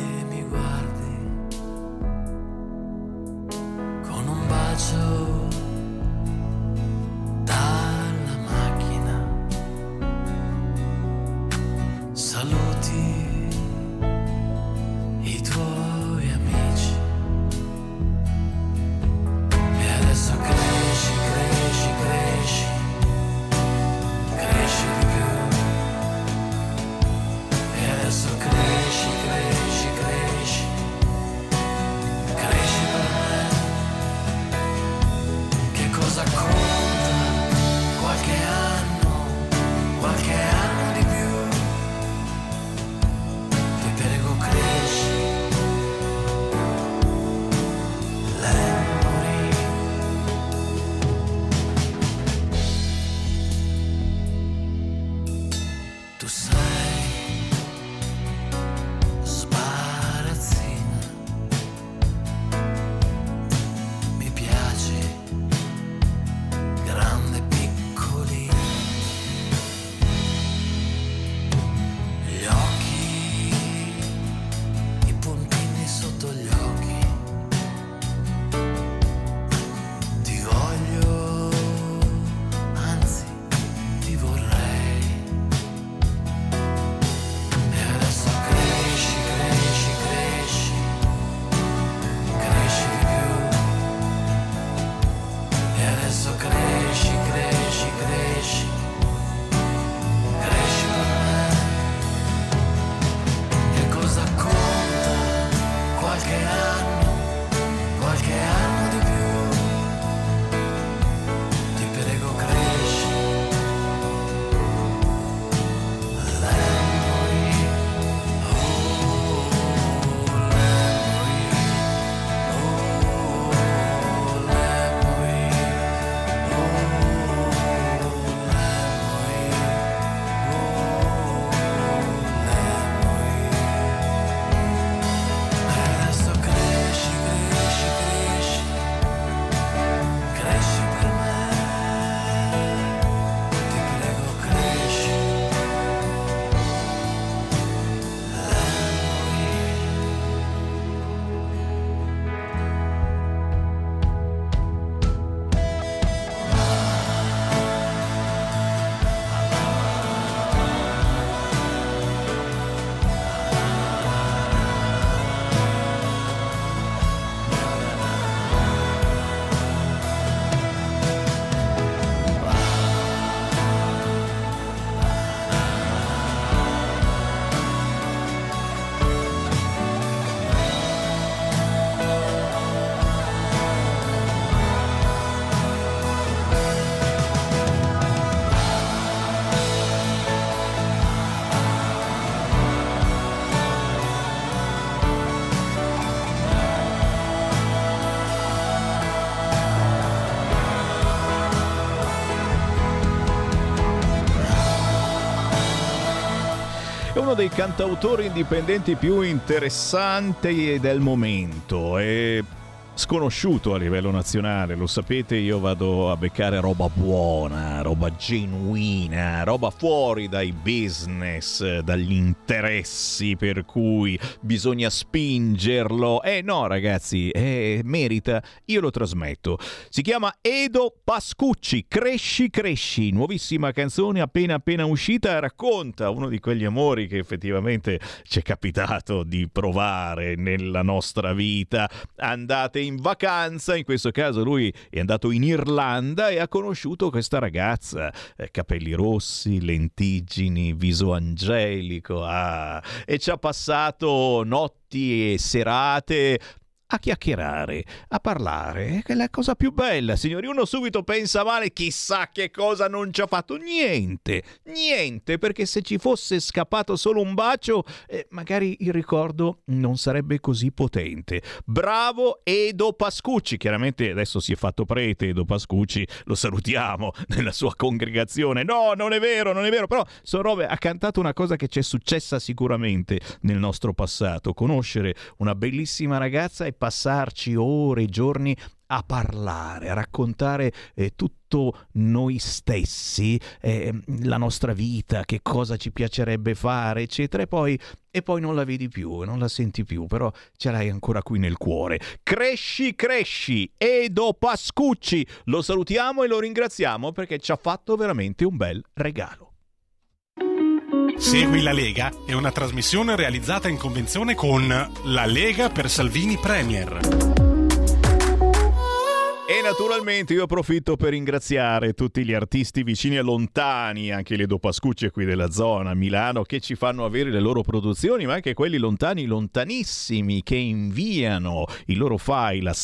uno dei cantautori indipendenti più interessanti del momento e sconosciuto a livello nazionale, lo sapete, io vado a beccare roba buona, roba genuina, roba fuori dai business, dagli interessi per cui bisogna spingerlo. No ragazzi, merita, io lo trasmetto. Si chiama Edo Pascucci, Cresci Cresci, nuovissima canzone appena uscita, racconta uno di quegli amori che effettivamente ci è capitato di provare nella nostra vita. Andate in vacanza, in questo caso lui è andato in Irlanda e ha conosciuto questa ragazza, capelli rossi, lentiggini, viso angelico, e ci ha passato notti e serate a chiacchierare, a parlare, che è la cosa più bella, signori. Uno subito pensa male, chissà che cosa non ci ha fatto. Niente, perché se ci fosse scappato solo un bacio, magari il ricordo non sarebbe così potente. Bravo Edo Pascucci, chiaramente adesso si è fatto prete Edo Pascucci, lo salutiamo nella sua congregazione. No, non è vero, però sono robe, ha cantato una cosa che ci è successa sicuramente nel nostro passato, conoscere una bellissima ragazza e passarci ore e giorni a parlare, a raccontare tutto noi stessi, la nostra vita, che cosa ci piacerebbe fare, eccetera, e poi non la vedi più, non la senti più, però ce l'hai ancora qui nel cuore. Cresci, Edo Pascucci, lo salutiamo e lo ringraziamo perché ci ha fatto veramente un bel regalo. Segui la Lega è una trasmissione realizzata in convenzione con La Lega per Salvini Premier. E naturalmente io approfitto per ringraziare tutti gli artisti vicini e lontani, anche l'Edo Pascucci qui della zona, Milano, che ci fanno avere le loro produzioni, ma anche quelli lontani, lontanissimi, che inviano i loro file a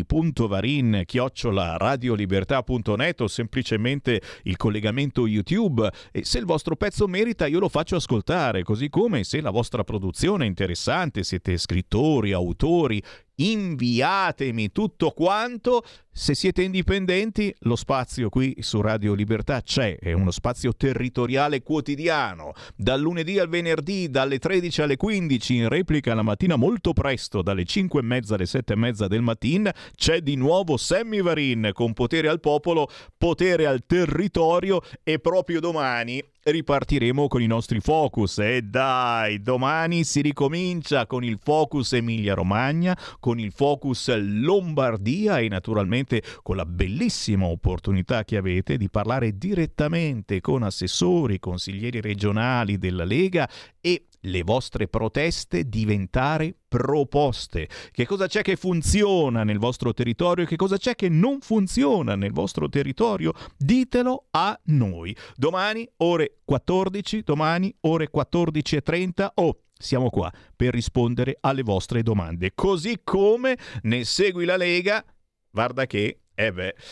sammy.varin@radiolibertà.net o semplicemente il collegamento YouTube. E se il vostro pezzo merita, io lo faccio ascoltare, così come se la vostra produzione è interessante, siete scrittori, autori, inviatemi tutto quanto. Se siete indipendenti, lo spazio qui su Radio Libertà c'è, è uno spazio territoriale quotidiano, dal lunedì al venerdì, dalle 13 alle 15, in replica la mattina molto presto, dalle 5:30 alle 7:30 del mattino, c'è di nuovo Sammy Varin con Potere al Popolo, Potere al Territorio, e proprio domani ripartiremo con i nostri focus. E dai, domani si ricomincia con il focus Emilia Romagna, con il focus Lombardia e naturalmente con la bellissima opportunità che avete di parlare direttamente con assessori, consiglieri regionali della Lega e le vostre proteste diventare proposte. Che cosa c'è che funziona nel vostro territorio e che cosa c'è che non funziona nel vostro territorio? Ditelo a noi. Domani ore 14, domani ore 14:30. Siamo qua per rispondere alle vostre domande. Così come nel Segui la Lega, guarda che, è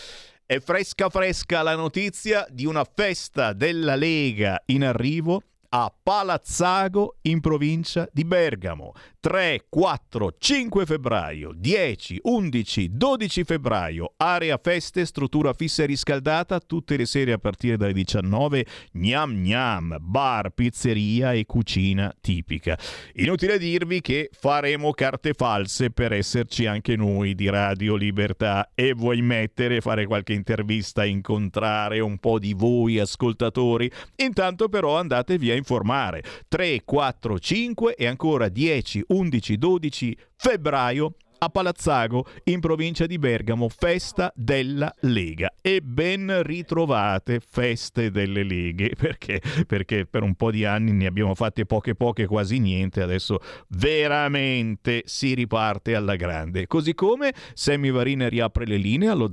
fresca la notizia di una festa della Lega in arrivo a Palazzago in provincia di Bergamo. 3, 4, 5 febbraio, 10, 11, 12 febbraio, area feste, struttura fissa e riscaldata, tutte le sere a partire dalle 19, gnam gnam, bar, pizzeria e cucina tipica. Inutile dirvi che faremo carte false per esserci anche noi di Radio Libertà, e vuoi fare qualche intervista, incontrare un po' di voi ascoltatori? Intanto però andatevi a informare. 3, 4, 5 e ancora 10, 11, 12 febbraio a Palazzago in provincia di Bergamo, festa della Lega. E ben ritrovate feste delle Leghe, perché per un po' di anni ne abbiamo fatte poche, quasi niente. Adesso veramente si riparte alla grande. Così come Sammy Varin riapre le linee allo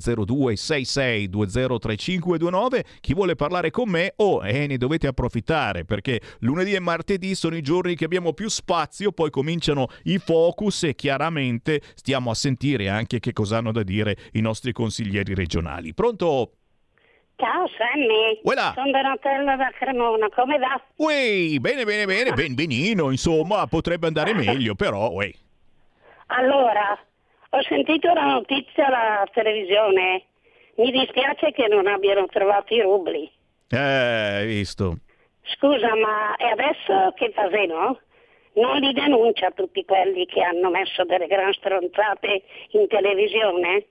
0266203529. Chi vuole parlare con me ne dovete approfittare, perché lunedì e martedì sono i giorni che abbiamo più spazio, poi cominciano i focus e chiaramente stiamo a sentire anche che cosa hanno da dire i nostri consiglieri regionali. Pronto? Ciao Sammy, sono Donatella da Cremona, come va? Bene, benino, insomma, potrebbe andare meglio, però, Allora, ho sentito la notizia alla televisione, mi dispiace che non abbiano trovato i rubli. Hai visto? Scusa, ma e adesso che facciamo? Non li denuncia tutti quelli che hanno messo delle gran stronzate in televisione?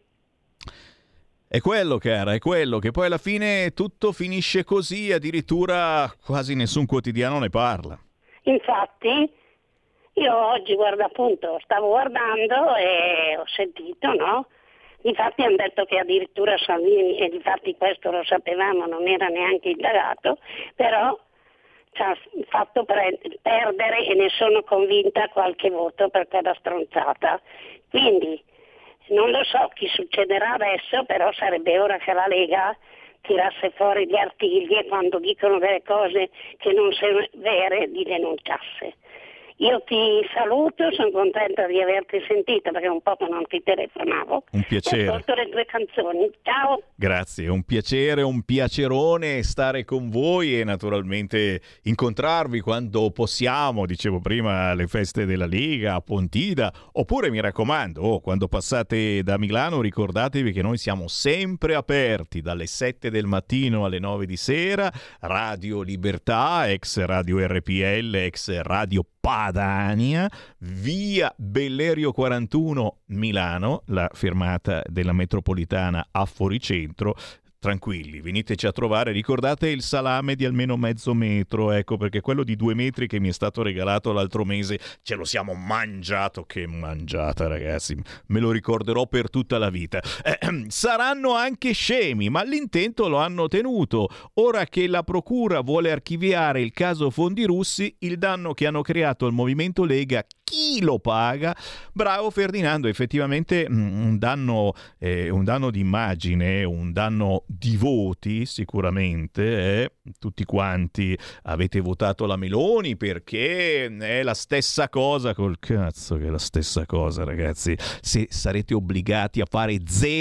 È quello, cara, è quello, che poi alla fine tutto finisce così, addirittura quasi nessun quotidiano ne parla. Infatti, io oggi stavo guardando e ho sentito, no? Difatti hanno detto che addirittura Salvini, e difatti questo lo sapevamo, non era neanche indagato, però ci ha fatto perdere, e ne sono convinta, qualche voto per quella stronzata. Quindi non lo so chi succederà adesso, però sarebbe ora che la Lega tirasse fuori gli artigli e quando dicono delle cose che non sono vere li denunciasse. Io ti saluto, sono contenta di averti sentita perché un po' che non ti telefonavo. Un piacere. Ascolto le tue canzoni. Ciao. Grazie, un piacere, un piacerone stare con voi e naturalmente incontrarvi quando possiamo, dicevo prima, alle feste della Lega, a Pontida, oppure mi raccomando, quando passate da Milano ricordatevi che noi siamo sempre aperti dalle 7 del mattino alle 9 di sera, Radio Libertà, ex Radio RPL, ex Radio Padania, via Bellerio 41 Milano, la fermata della metropolitana a Fuoricentro. Tranquilli, veniteci a trovare, ricordate il salame di almeno mezzo metro, ecco, perché quello di 2 metri che mi è stato regalato l'altro mese ce lo siamo mangiato, che mangiata ragazzi, me lo ricorderò per tutta la vita. Saranno anche scemi, ma l'intento lo hanno tenuto. Ora che la procura vuole archiviare il caso Fondi Russi, il danno che hanno creato al movimento Lega, chi lo paga? Bravo Ferdinando, effettivamente un danno di immagine, un danno di voti sicuramente. Tutti quanti avete votato la Meloni perché è la stessa cosa, col cazzo che è la stessa cosa ragazzi. Se sarete obbligati a fare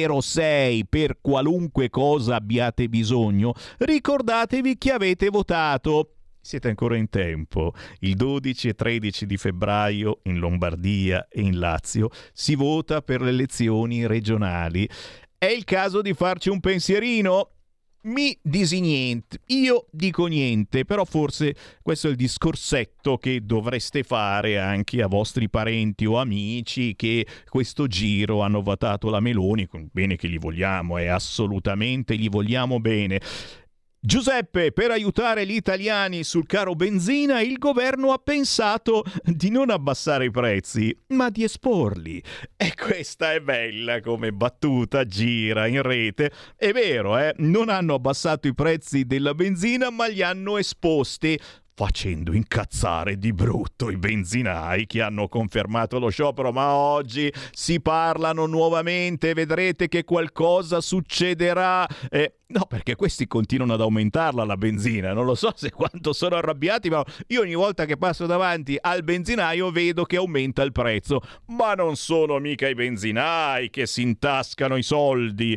0,6 per qualunque cosa abbiate bisogno, ricordatevi che avete votato. Siete ancora in tempo. Il 12 e 13 di febbraio in Lombardia e in Lazio si vota per le elezioni regionali. È il caso di farci un pensierino? Mi disi niente, io dico niente, però forse questo è il discorsetto che dovreste fare anche a vostri parenti o amici che questo giro hanno votato la Meloni, bene che gli vogliamo, assolutamente gli vogliamo bene. Giuseppe, per aiutare gli italiani sul caro benzina, il governo ha pensato di non abbassare i prezzi, ma di esporli. E questa è bella come battuta, gira in rete. È vero, non hanno abbassato i prezzi della benzina, ma li hanno esposti, facendo incazzare di brutto i benzinai che hanno confermato lo sciopero, ma oggi si parlano nuovamente, vedrete che qualcosa succederà. No, perché questi continuano ad aumentarla la benzina, non lo so se quanto sono arrabbiati, ma io ogni volta che passo davanti al benzinaio vedo che aumenta il prezzo, ma non sono mica i benzinai che si intascano i soldi.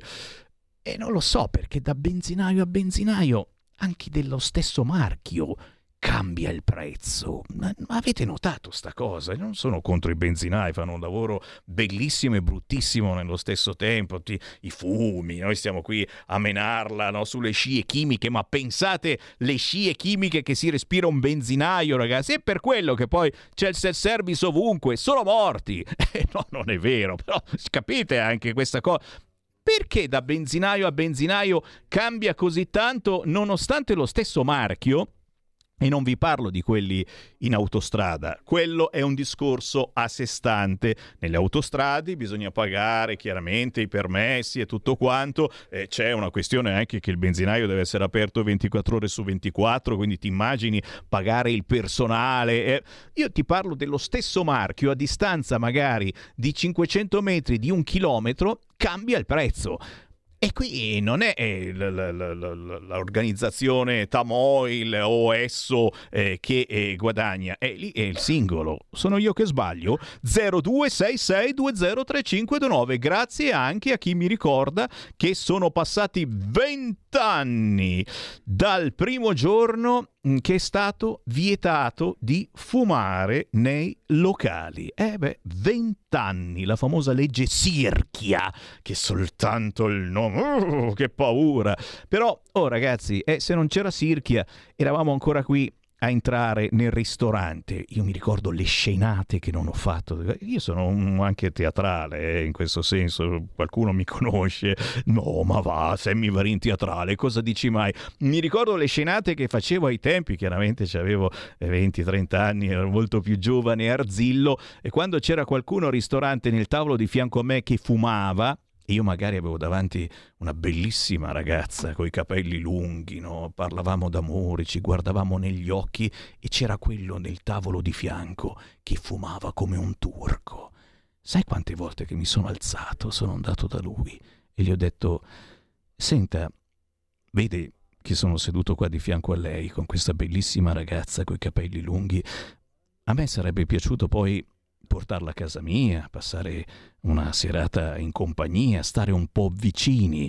E non lo so, perché da benzinaio a benzinaio, anche dello stesso marchio, cambia il prezzo. Ma avete notato sta cosa? Non sono contro i benzinai, fanno un lavoro bellissimo e bruttissimo nello stesso tempo. I fumi, noi stiamo qui a menarla, no, sulle scie chimiche, ma pensate le scie chimiche che si respira un benzinaio, ragazzi. È per quello che poi c'è il self-service ovunque, sono morti. No, non è vero, però capite anche questa cosa. Perché da benzinaio a benzinaio cambia così tanto nonostante lo stesso marchio? E non vi parlo di quelli in autostrada, quello è un discorso a sé stante. Nelle autostrade bisogna pagare chiaramente i permessi e tutto quanto, c'è una questione anche che il benzinaio deve essere aperto 24 ore su 24, quindi ti immagini pagare il personale. Io ti parlo dello stesso marchio, a distanza magari di 500 metri, di 1 chilometro, cambia il prezzo. E qui non è l'organizzazione Tamoil o Esso che guadagna, lì è il singolo. Sono io che sbaglio? 0266203529. Grazie anche a chi mi ricorda che sono passati 20 anni dal primo giorno che è stato vietato di fumare nei locali. 20 anni, la famosa legge Sirchia, che soltanto il nome, che paura. Però, ragazzi, se non c'era Sirchia, eravamo ancora qui a entrare nel ristorante. Io mi ricordo le scenate che non ho fatto. Io sono anche teatrale, in questo senso. Qualcuno mi conosce. No, ma va, Sammy Varin teatrale, cosa dici mai? Mi ricordo le scenate che facevo ai tempi, chiaramente avevo 20-30 anni, ero molto più giovane, arzillo, e quando c'era qualcuno al ristorante nel tavolo di fianco a me che fumava, e io magari avevo davanti una bellissima ragazza coi capelli lunghi, no? Parlavamo d'amore, ci guardavamo negli occhi e c'era quello nel tavolo di fianco che fumava come un turco. Sai quante volte che mi sono alzato, sono andato da lui e gli ho detto: senta, vedi che sono seduto qua di fianco a lei con questa bellissima ragazza coi capelli lunghi, a me sarebbe piaciuto poi portarla a casa mia, passare una serata in compagnia, stare un po' vicini.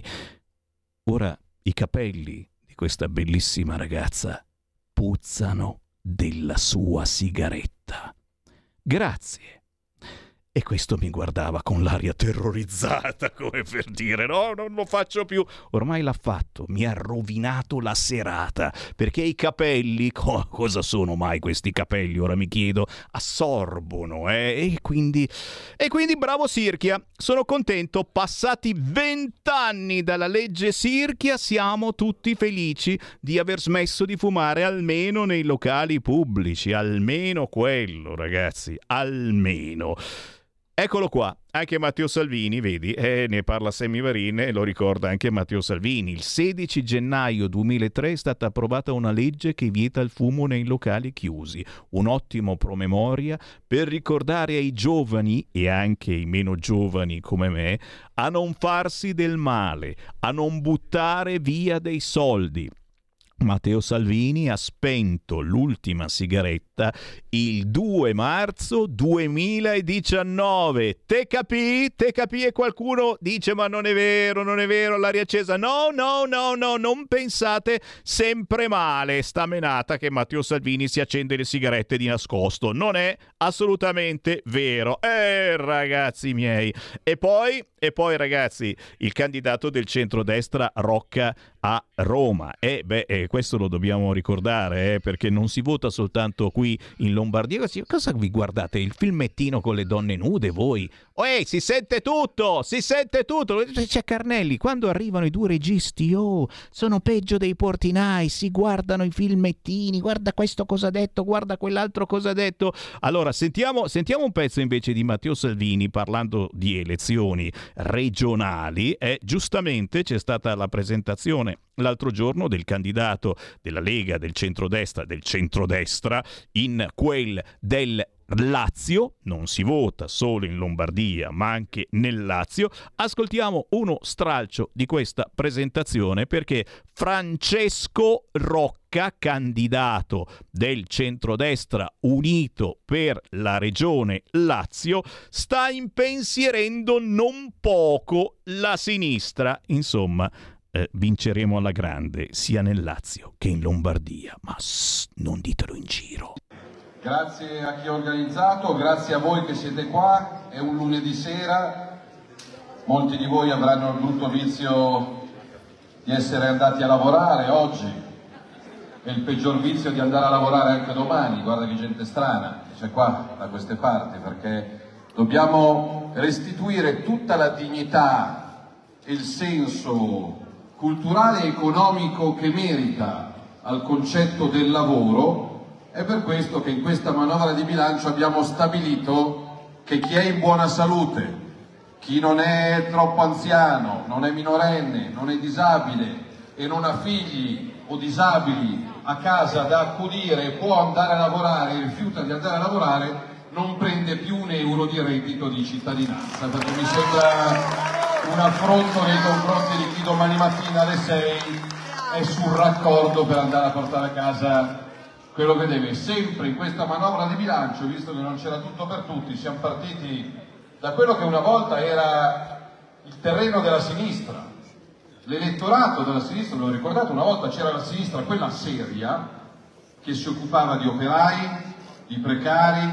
Ora i capelli di questa bellissima ragazza puzzano della sua sigaretta. Grazie. E questo mi guardava con l'aria terrorizzata, come per dire: no, non lo faccio più. Ormai l'ha fatto, mi ha rovinato la serata, perché i capelli, cosa sono mai questi capelli? Ora mi chiedo, assorbono, e quindi bravo Sirchia, sono contento. Passati 20 anni dalla legge Sirchia, siamo tutti felici di aver smesso di fumare, almeno nei locali pubblici, almeno quello, ragazzi, almeno. Eccolo qua, anche Matteo Salvini, vedi, ne parla Sammy Varin e lo ricorda anche Matteo Salvini. Il 16 gennaio 2003 è stata approvata una legge che vieta il fumo nei locali chiusi. Un ottimo promemoria per ricordare ai giovani, e anche ai meno giovani come me, a non farsi del male, a non buttare via dei soldi. Matteo Salvini ha spento l'ultima sigaretta il 2 marzo 2019. Te capì? E qualcuno dice: ma non è vero, l'aria accesa. No, non pensate sempre male. Sta menata che Matteo Salvini si accende le sigarette di nascosto. Non è assolutamente vero. Ragazzi miei. E poi ragazzi, il candidato del centrodestra Rocca a Roma. Questo lo dobbiamo ricordare, perché non si vota soltanto qui in Lombardia. Cosa vi guardate? Il filmettino con le donne nude voi? Si sente tutto! C'è Carnelli, quando arrivano i due registi, sono peggio dei portinai, si guardano i filmettini, guarda questo cosa ha detto, guarda quell'altro cosa ha detto. Allora, sentiamo un pezzo invece di Matteo Salvini parlando di elezioni regionali. Giustamente c'è stata la presentazione l'altro giorno del candidato della Lega, del centrodestra in quel del Lazio. Non si vota solo in Lombardia ma anche nel Lazio. Ascoltiamo uno stralcio di questa presentazione, perché Francesco Rocca, candidato del centrodestra unito per la regione Lazio, sta impensierendo non poco la sinistra. Insomma, vinceremo alla grande sia nel Lazio che in Lombardia, ma non ditelo in giro. Grazie a chi ha organizzato, grazie a voi che siete qua. È un lunedì sera, molti di voi avranno il brutto vizio di essere andati a lavorare oggi e il peggior vizio di andare a lavorare anche domani. Guarda che gente strana c'è qua da queste parti, perché dobbiamo restituire tutta la dignità e il senso culturale e economico che merita al concetto del lavoro. È per questo che in questa manovra di bilancio abbiamo stabilito che chi è in buona salute, chi non è troppo anziano, non è minorenne, non è disabile e non ha figli o disabili a casa da accudire e può andare a lavorare e rifiuta di andare a lavorare, non prende più un euro di reddito di cittadinanza, perché mi sembra un affronto nei confronti di chi domani mattina alle 6 è sul raccordo per andare a portare a casa quello che deve. Sempre in questa manovra di bilancio, visto che non c'era tutto per tutti, siamo partiti da quello che una volta era il terreno della sinistra, l'elettorato della sinistra. Ve lo ricordate? Una volta c'era la sinistra, quella seria, che si occupava di operai, di precari,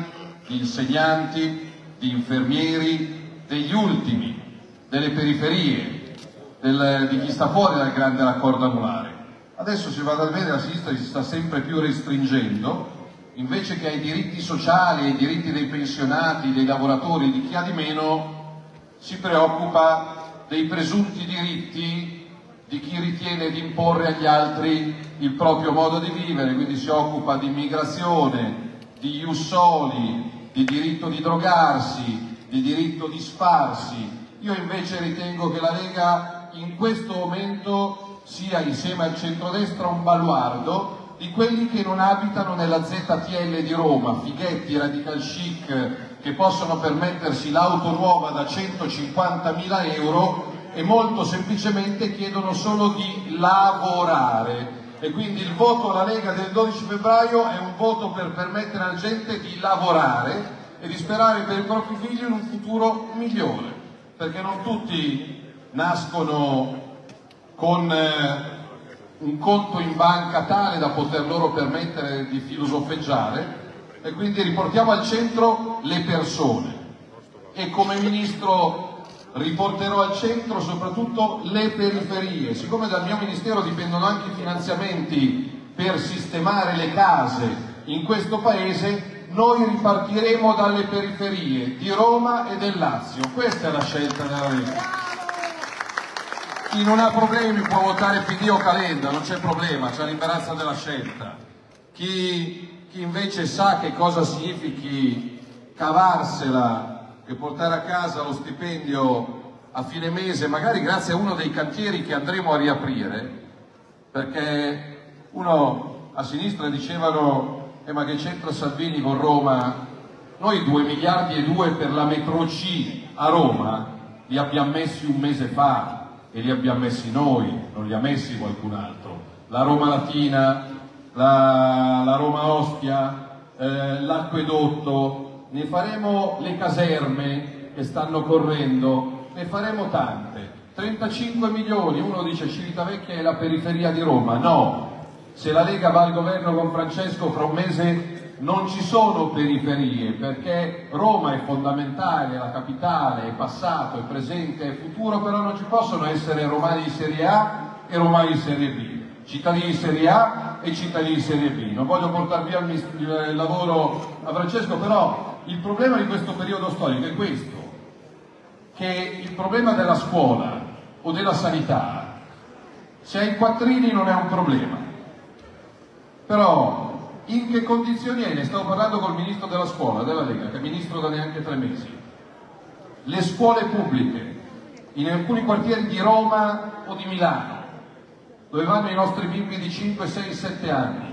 di insegnanti, di infermieri, degli ultimi, delle periferie, di chi sta fuori dal grande raccordo anulare. Adesso si va a vedere, la sinistra si sta sempre più restringendo, invece che ai diritti sociali, ai diritti dei pensionati, dei lavoratori, di chi ha di meno, si preoccupa dei presunti diritti di chi ritiene di imporre agli altri il proprio modo di vivere, quindi si occupa di immigrazione, di ius soli, di diritto di drogarsi, di diritto di sparsi. Io invece ritengo che la Lega in questo momento sia, insieme al centrodestra, un baluardo di quelli che non abitano nella ZTL di Roma, fighetti, radical chic, che possono permettersi l'auto nuova da 150.000 euro e molto semplicemente chiedono solo di lavorare. E quindi il voto alla Lega del 12 febbraio è un voto per permettere alla gente di lavorare e di sperare per i propri figli in un futuro migliore, perché non tutti nascono con un conto in banca tale da poter loro permettere di filosofeggiare, e quindi riportiamo al centro le persone, e come ministro riporterò al centro soprattutto le periferie. Siccome dal mio ministero dipendono anche i finanziamenti per sistemare le case in questo paese, noi ripartiremo dalle periferie di Roma e del Lazio. Questa è la scelta della Lega. Chi non ha problemi può votare PD o Calenda, non c'è problema, c'è l'imbarazzo della scelta. Chi invece sa che cosa significhi cavarsela e portare a casa lo stipendio a fine mese, magari grazie a uno dei cantieri che andremo a riaprire, perché uno a sinistra dicevano ma che c'entra Salvini con Roma? Noi 2,2 miliardi per la metro C a Roma li abbiamo messi un mese fa, e li abbiamo messi noi, non li ha messi qualcun altro. La Roma Latina, la Roma Ostia, l'acquedotto, ne faremo le caserme che stanno correndo, ne faremo tante. 35 milioni, uno dice Civitavecchia è la periferia di Roma, no. Se la Lega va al governo con Francesco fra un mese non ci sono periferie, perché Roma è fondamentale, è la capitale, è passato, è presente, è futuro, però non ci possono essere romani di Serie A e romani di Serie B, cittadini di Serie A e cittadini di Serie B. Non voglio portare via il lavoro a Francesco, però il problema di questo periodo storico è questo, che il problema della scuola o della sanità, se hai quattrini non è un problema. Però in che condizioni è? Ne stavo parlando col ministro della scuola della Lega, che è ministro da neanche 3 mesi. Le scuole pubbliche in alcuni quartieri di Roma o di Milano, dove vanno i nostri bimbi di 5, 6, 7 anni,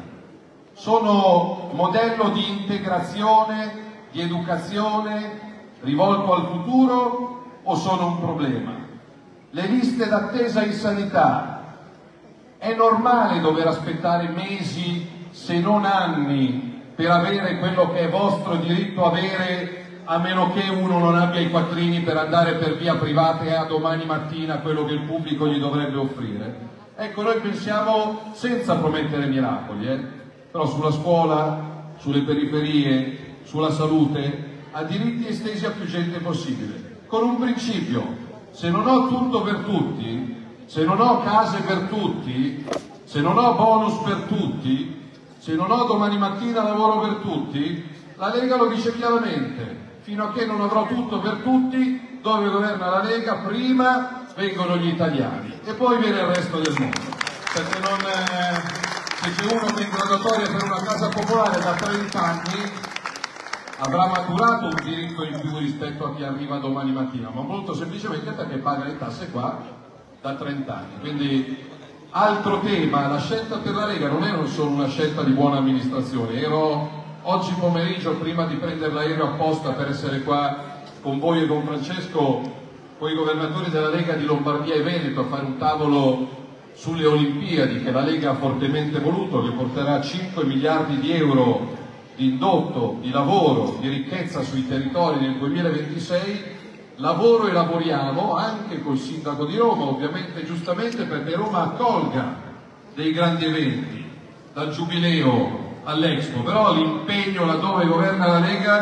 sono modello di integrazione, di educazione rivolto al futuro o sono un problema? Le liste d'attesa in sanità, è normale dover aspettare mesi, se non anni, per avere quello che è vostro diritto avere, a meno che uno non abbia i quattrini per andare per via privata e a domani mattina quello che il pubblico gli dovrebbe offrire? Ecco, noi pensiamo senza promettere miracoli, però sulla scuola, sulle periferie, sulla salute, a diritti estesi a più gente possibile, con un principio: se non ho tutto per tutti, se non ho case per tutti, se non ho bonus per tutti, se non ho domani mattina lavoro per tutti, la Lega lo dice chiaramente: fino a che non avrò tutto per tutti, dove governa la Lega prima vengono gli italiani e poi viene il resto del mondo, perché se c'è uno che è in graduatoria per una casa popolare da 30 anni avrà maturato un diritto in più rispetto a chi arriva domani mattina, ma molto semplicemente perché paga le tasse qua da 30 anni. Quindi altro tema, la scelta per la Lega non è solo una scelta di buona amministrazione. Ero oggi pomeriggio, prima di prendere l'aereo apposta per essere qua con voi e con Francesco, con i governatori della Lega di Lombardia e Veneto, a fare un tavolo sulle Olimpiadi che la Lega ha fortemente voluto, che porterà 5 miliardi di euro di indotto, di lavoro, di ricchezza sui territori nel 2026. Lavoro e lavoriamo anche col sindaco di Roma, ovviamente giustamente, perché Roma accolga dei grandi eventi, dal Giubileo all'Expo, però l'impegno laddove governa la Lega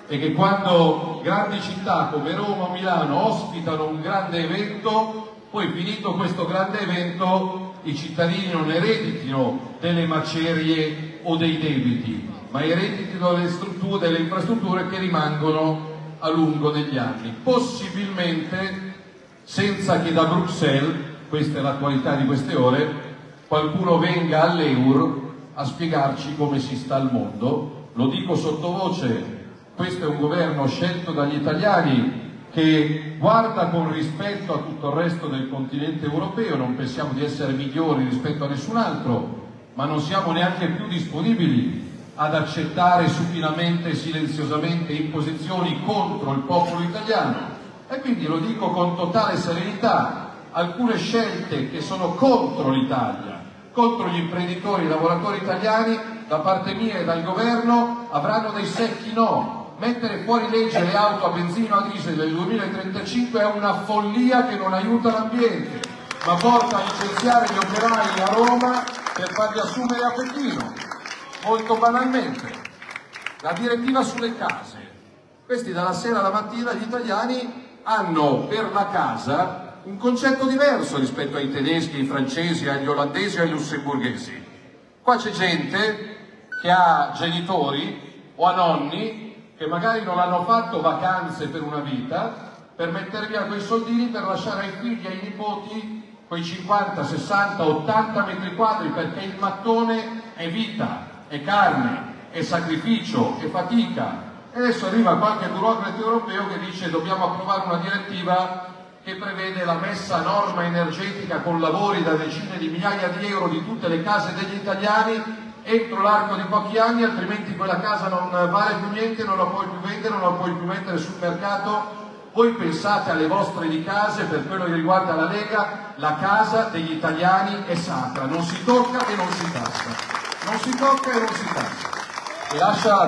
è che quando grandi città come Roma o Milano ospitano un grande evento, poi finito questo grande evento i cittadini non ereditino delle macerie o dei debiti, ma ereditino delle infrastrutture che rimangono a lungo degli anni, possibilmente senza che da Bruxelles, questa è l'attualità di queste ore, qualcuno venga all'Eur a spiegarci come si sta al mondo. Lo dico sottovoce, questo è un governo scelto dagli italiani che guarda con rispetto a tutto il resto del continente europeo, non pensiamo di essere migliori rispetto a nessun altro, ma non siamo neanche più disponibili ad accettare supinamente e silenziosamente imposizioni contro il popolo italiano. E quindi lo dico con totale serenità, alcune scelte che sono contro l'Italia, contro gli imprenditori e i lavoratori italiani, da parte mia e dal governo, avranno dei secchi no. Mettere fuori legge le auto a benzina o a diesel del 2035 è una follia che non aiuta l'ambiente, ma porta a licenziare gli operai a Roma per farli assumere a Pechino. Molto banalmente, la direttiva sulle case. Questi dalla sera alla mattina gli italiani hanno per la casa un concetto diverso rispetto ai tedeschi, ai francesi, agli olandesi o ai lussemburghesi. Qua c'è gente che ha genitori o ha nonni che magari non hanno fatto vacanze per una vita per mettere via quei soldini per lasciare ai figli e ai nipoti quei 50, 60, 80 metri quadri, perché il mattone è vita, è carne, è sacrificio, è fatica. E adesso arriva qualche burocrate europeo che dice dobbiamo approvare una direttiva che prevede la messa a norma energetica con lavori da decine di migliaia di euro di tutte le case degli italiani entro l'arco di pochi anni, altrimenti quella casa non vale più niente, non la puoi più vendere, non la puoi più mettere sul mercato. Voi pensate alle vostre di case, per quello che riguarda la Lega, la casa degli italiani è sacra, non si tocca e non si tassa. Non si tocca e non si tassa. E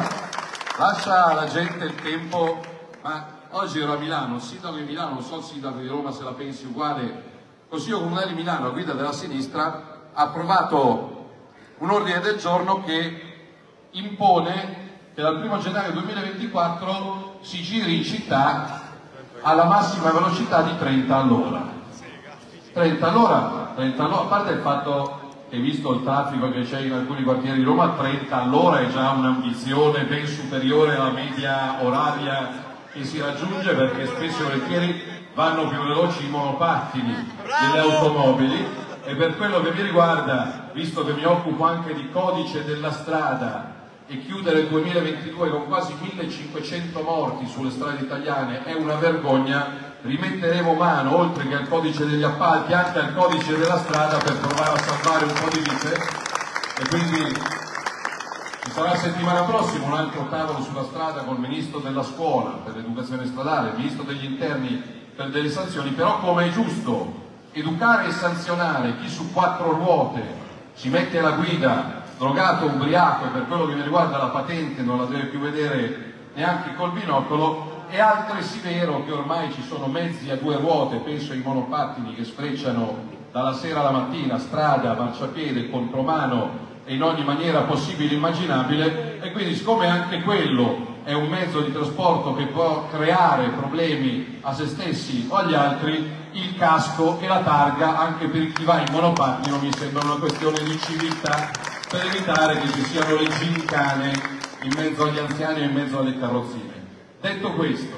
lascia alla gente il tempo, ma oggi ero a Milano, il sindaco di Milano, non so il sindaco di Roma se la pensi uguale, il Consiglio Comunale di Milano, a guida della sinistra, ha approvato un ordine del giorno che impone che dal 1 gennaio 2024 si giri in città alla massima velocità di 30 all'ora. 30 all'ora, a parte il fatto che visto il traffico che c'è in alcuni quartieri di Roma, 30 all'ora è già un'ambizione ben superiore alla media oraria che si raggiunge, perché spesso e volentieri vanno più veloci i monopattini delle automobili. E per quello che mi riguarda, visto che mi occupo anche di codice della strada, e chiudere il 2022 con quasi 1500 morti sulle strade italiane è una vergogna, rimetteremo mano, oltre che al codice degli appalti, anche al codice della strada per provare a salvare un po' di vite. E quindi ci sarà settimana prossima un altro tavolo sulla strada col ministro della scuola per l'educazione stradale, il ministro degli interni per delle sanzioni, però come è giusto educare e sanzionare chi su 4 ruote si mette alla guida drogato, ubriaco, e per quello che mi riguarda la patente non la deve più vedere neanche col binocolo, è altresì vero che ormai ci sono mezzi a 2 ruote, penso ai monopattini, che sfrecciano dalla sera alla mattina, strada, marciapiede, contromano e in ogni maniera possibile e immaginabile, e quindi siccome anche quello è un mezzo di trasporto che può creare problemi a se stessi o agli altri, il casco e la targa anche per chi va in monopattino mi sembra una questione di civiltà, per evitare che ci siano le gincane in mezzo agli anziani e in mezzo alle carrozzine. Detto questo,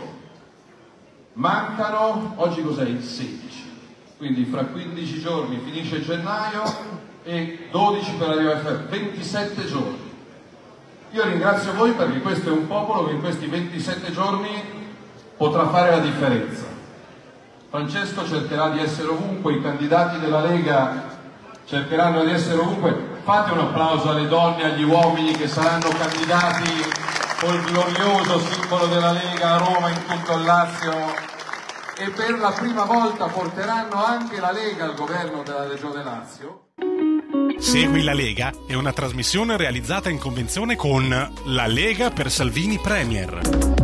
mancano, oggi cos'è? Il 16, quindi fra 15 giorni finisce gennaio e 12 per arrivare a febbraio, 27 giorni. Io ringrazio voi perché questo è un popolo che in questi 27 giorni potrà fare la differenza. Francesco cercherà di essere ovunque, i candidati della Lega cercheranno di essere ovunque. Fate un applauso alle donne e agli uomini che saranno candidati col glorioso simbolo della Lega a Roma, in tutto il Lazio, e per la prima volta porteranno anche la Lega al governo della Regione Lazio. Segui la Lega è una trasmissione realizzata in convenzione con La Lega per Salvini Premier.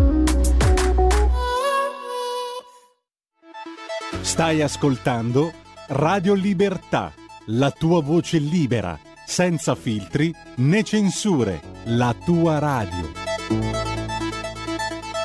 Stai ascoltando Radio Libertà, la tua voce libera, senza filtri né censure, la tua radio.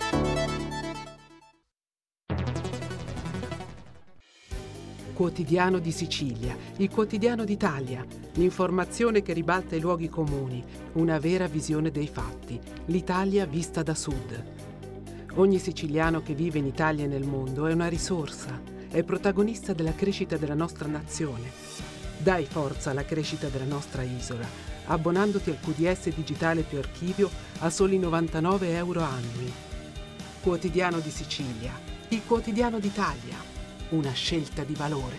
Quotidiano di Sicilia, il quotidiano d'Italia, l'informazione che ribalta i luoghi comuni, una vera visione dei fatti, l'Italia vista da sud. Ogni siciliano che vive in Italia e nel mondo è una risorsa, è protagonista della crescita della nostra nazione. Dai forza alla crescita della nostra isola, abbonandoti al QDS digitale più archivio a soli 99 euro annui. Quotidiano di Sicilia, il quotidiano d'Italia. Una scelta di valore.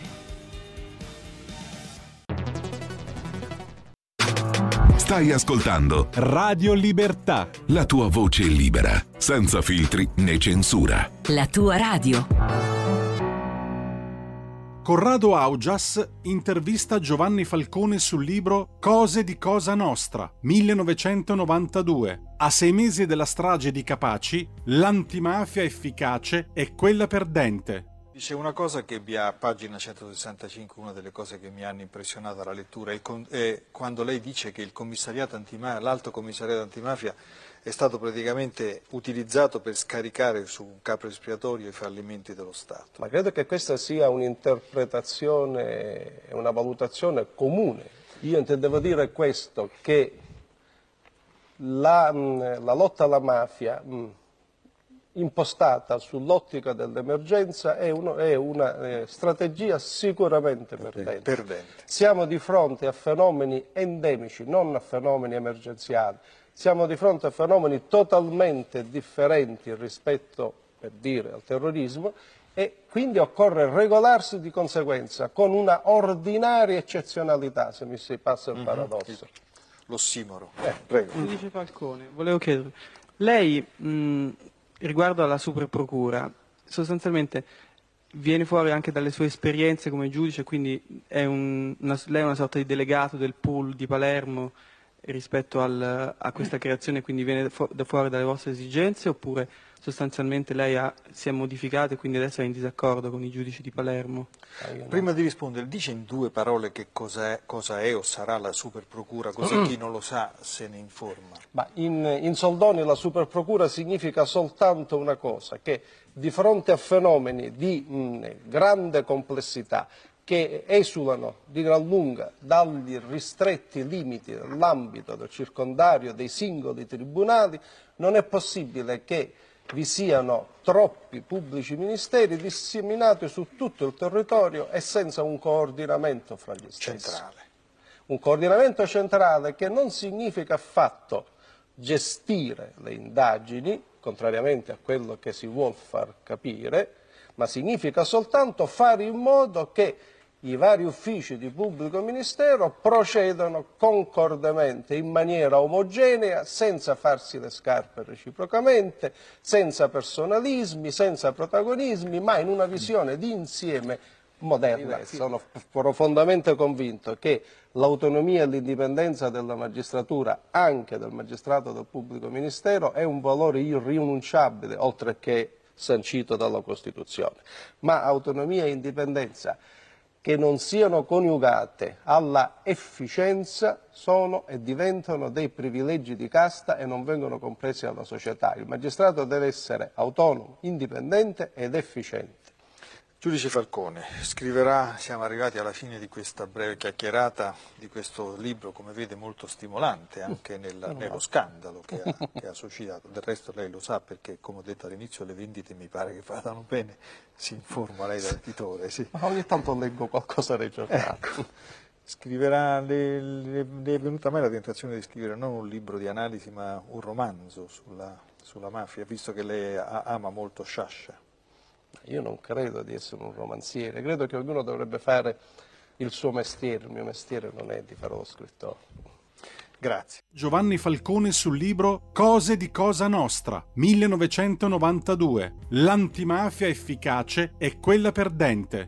Stai ascoltando Radio Libertà. La tua voce libera, senza filtri né censura. La tua radio. Corrado Augias intervista Giovanni Falcone sul libro Cose di Cosa Nostra, 1992. A 6 mesi dalla strage di Capaci, l'antimafia efficace è quella perdente. Dice una cosa che a pagina 165, una delle cose che mi hanno impressionato alla lettura, è quando lei dice che l'Alto Commissariato Antimafia è stato praticamente utilizzato per scaricare su un capro espiatorio i fallimenti dello Stato. Ma credo che questa sia un'interpretazione e una valutazione comune. Io intendevo dire questo, che la lotta alla mafia impostata sull'ottica dell'emergenza è una strategia sicuramente perdente. Siamo di fronte a fenomeni endemici, non a fenomeni emergenziali. Siamo di fronte a fenomeni totalmente differenti rispetto, per dire, al terrorismo, e quindi occorre regolarsi di conseguenza con una ordinaria eccezionalità, se mi si passa il paradosso. L'ossimoro. Prego. Dice Falcone, volevo chiedere, lei riguardo alla superprocura, sostanzialmente viene fuori anche dalle sue esperienze come giudice, quindi lei è una sorta di delegato del pool di Palermo rispetto a questa creazione, quindi viene fuori dalle vostre esigenze, oppure sostanzialmente lei si è modificato e quindi adesso è in disaccordo con i giudici di Palermo? Prima di rispondere, dice in 2 parole che cosa è o sarà la superprocura, così chi non lo sa se ne informa. Ma in soldoni la superprocura significa soltanto una cosa, che di fronte a fenomeni di grande complessità, che esulano di gran lunga dagli ristretti limiti dell'ambito del circondario dei singoli tribunali, non è possibile che vi siano troppi pubblici ministeri disseminati su tutto il territorio e senza un coordinamento fra gli stessi. Centrale. Un coordinamento centrale che non significa affatto gestire le indagini, contrariamente a quello che si vuol far capire, ma significa soltanto fare in modo che i vari uffici di pubblico ministero procedano concordemente, in maniera omogenea, senza farsi le scarpe reciprocamente, senza personalismi, senza protagonismi, ma in una visione di insieme moderna. Sono profondamente convinto che l'autonomia e l'indipendenza della magistratura, anche del magistrato del pubblico ministero, è un valore irrinunciabile, oltre che sancito dalla Costituzione. Ma autonomia e indipendenza che non siano coniugate alla efficienza sono e diventano dei privilegi di casta e non vengono compresi dalla società. Il magistrato deve essere autonomo, indipendente ed efficiente. Giudice Falcone, scriverà, siamo arrivati alla fine di questa breve chiacchierata, di questo libro, come vede, molto stimolante anche nello scandalo che ha suscitato. Del resto lei lo sa perché, come ho detto all'inizio, le vendite mi pare che vadano bene, si informa lei da editore. Sì. Ma ogni tanto leggo qualcosa dei giornali. Ecco. Scriverà, le è venuta a me la tentazione di scrivere non un libro di analisi ma un romanzo sulla mafia, visto che lei ama molto Sciascia. Io non credo di essere un romanziere, credo che ognuno dovrebbe fare il suo mestiere, il mio mestiere non è di fare lo scrittore. Grazie. Giovanni Falcone sul libro Cose di Cosa Nostra, 1992. L'antimafia efficace è quella perdente.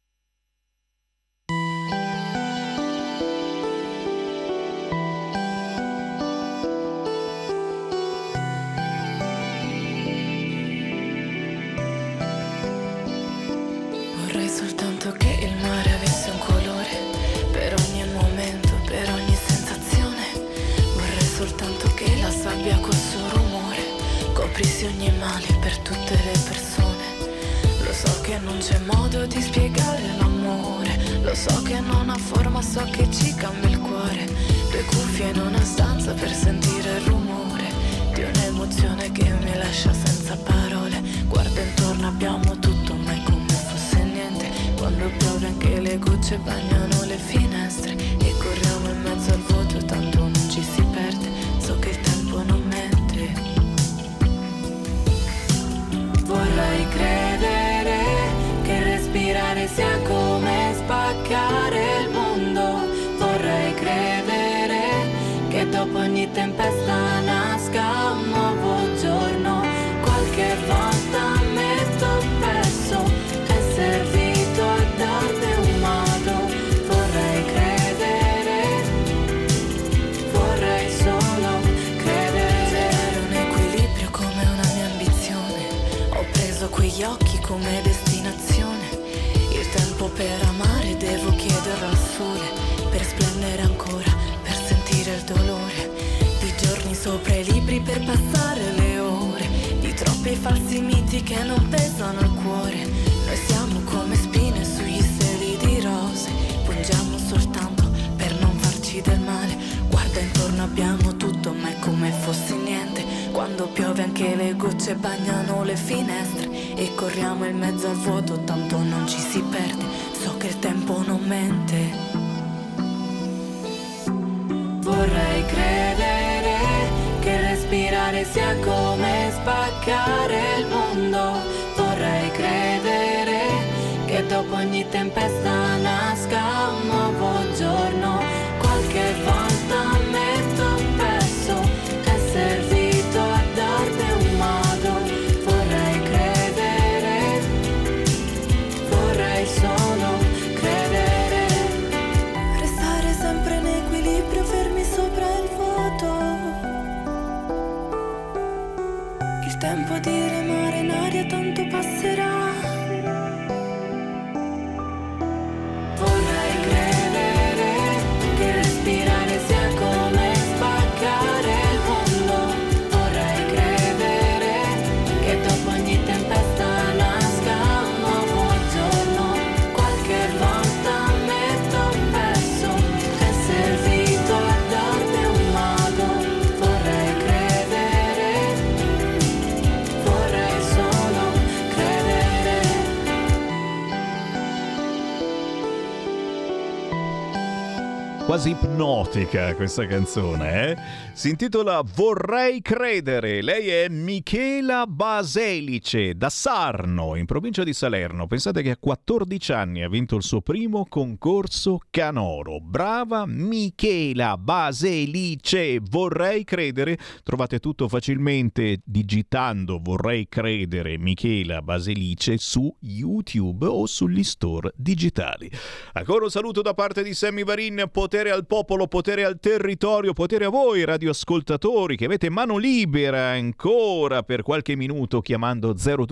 Vorrei soltanto che il mare avesse un colore per ogni momento, per ogni sensazione. Vorrei soltanto che la sabbia col suo rumore coprisse ogni male per tutte le persone. Lo so che che non c'è modo di spiegare l'amore. Lo so che non ha forma, so che ci cambia il cuore. 2 cuffie in una stanza per sentire il rumore di un'emozione che mi lascia senza parole. Guarda intorno, abbiamo tutto, ma è come fosse niente. Quando piove anche le gocce bagnano le finestre e corriamo in mezzo al vuoto, tanto non ci si perde. So che il tempo non mente. Vorrei credere che respirare sia come spaccare il mondo. Vorrei credere che dopo ogni tempesta nasca un nuovo giorno. Qualche volta metto perso, è servito a darmi un modo. Vorrei credere, vorrei solo credere. Un equilibrio come una mia ambizione. Ho preso quegli occhi come destinazione. Il tempo per amare devo chiederlo al sole, per splendere ancora, per sentire il dolore. Di giorni sopra i libri per passare le ore, di troppi falsi miti che non pesano il cuore. Noi siamo come spine sugli steli di rose, pungiamo soltanto per non farci del male. Guarda intorno, abbiamo tutto, ma è come fosse niente. Quando piove anche le gocce bagnano le finestre e corriamo in mezzo al vuoto, tanto non ci si perde. So che il tempo non mente. Vorrei credere che respirare sia come spaccare il mondo. Vorrei credere che dopo ogni tempesta nasca un nuovo giorno. Qualche volta metto perso, è servito a darmi un modo. Vorrei credere, vorrei solo credere. Restare sempre in equilibrio, fermi sopra il vuoto. Il tempo di remare in aria tanto passerà. Vorrei credere che respirare sia come spaccare il mondo. Vorrei credere che dopo ogni tempesta nasca un nuovo giorno. Qualche volta metto perso, è servito a darmi un modo. Vorrei credere, vorrei solo credere. Quasi ipnotica questa canzone, eh? Si intitola Vorrei credere. Lei è Michela Baselice, da Sarno, in provincia di Salerno. Pensate che a 14 anni ha vinto il suo primo concorso canoro. Brava Michela Baselice, Vorrei credere. Trovate tutto facilmente digitando Vorrei credere Michela Baselice su YouTube o sugli store digitali. Ancora un saluto da parte di Sammy Varin. Potere al popolo, potere al territorio, potere a voi radioascoltatori che avete mano libera ancora per qualche minuto chiamando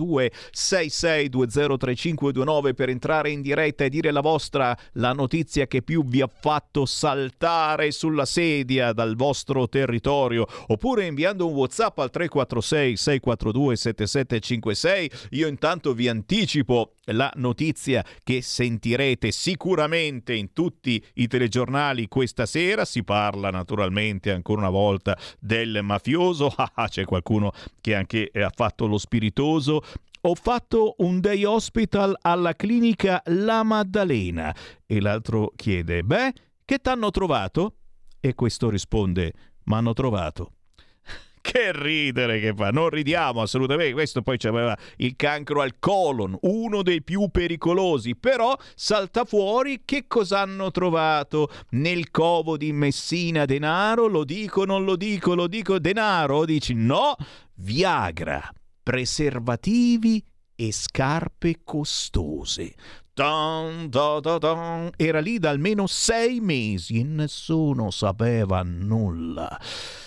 0266203529 per entrare in diretta e dire la vostra, la notizia che più vi ha fatto saltare sulla sedia dal vostro territorio, oppure inviando un WhatsApp al 346 642 7756. Io intanto vi anticipo la notizia che sentirete sicuramente in tutti i telegiornali questa sera. Si parla naturalmente ancora una volta del mafioso. C'è qualcuno che anche ha fatto lo spiritoso. Ho fatto un day hospital alla clinica La Maddalena. E l'altro chiede: beh, che t'hanno trovato? E questo risponde: m'hanno trovato. Che ridere che fa, non ridiamo assolutamente. Questo poi c'aveva il cancro al colon, uno dei più pericolosi, però salta fuori che cosa hanno trovato nel covo di Messina. Denaro? Lo dico, non lo dico, lo dico. Denaro? Dici no? Viagra, preservativi e scarpe costose. Era lì da almeno 6 mesi e nessuno sapeva nulla.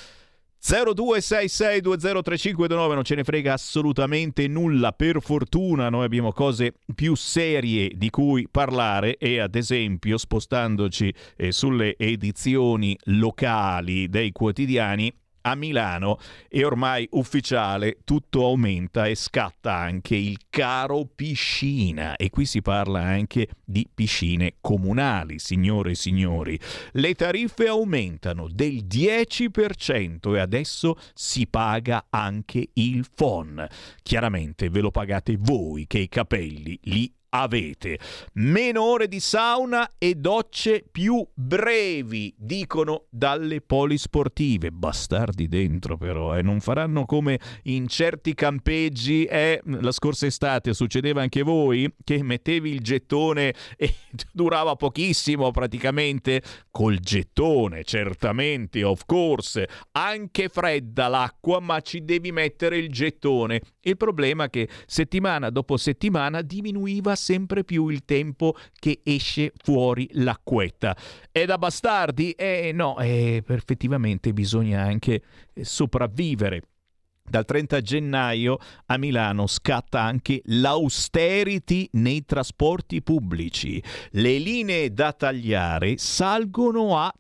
0266203529, non ce ne frega assolutamente nulla, per fortuna. Noi abbiamo cose più serie di cui parlare e, ad esempio, spostandoci sulle edizioni locali dei quotidiani, a Milano è ormai ufficiale, tutto aumenta e scatta anche il caro piscina, e qui si parla anche di piscine comunali, signore e signori. Le tariffe aumentano del 10% e adesso si paga anche il FON. Chiaramente ve lo pagate voi che i capelli li avete. Meno ore di sauna e docce più brevi, dicono dalle polisportive. Bastardi dentro però, non faranno come in certi campeggi. La scorsa estate succedeva anche voi che mettevi il gettone e durava pochissimo praticamente. Col gettone, certamente, of course, anche fredda l'acqua, ma ci devi mettere il gettone. Il problema è che settimana dopo settimana diminuiva sempre più il tempo che esce fuori l'acquetta. È da bastardi? No, effettivamente bisogna anche sopravvivere. Dal 30 gennaio a Milano scatta anche l'austerity nei trasporti pubblici. Le linee da tagliare salgono a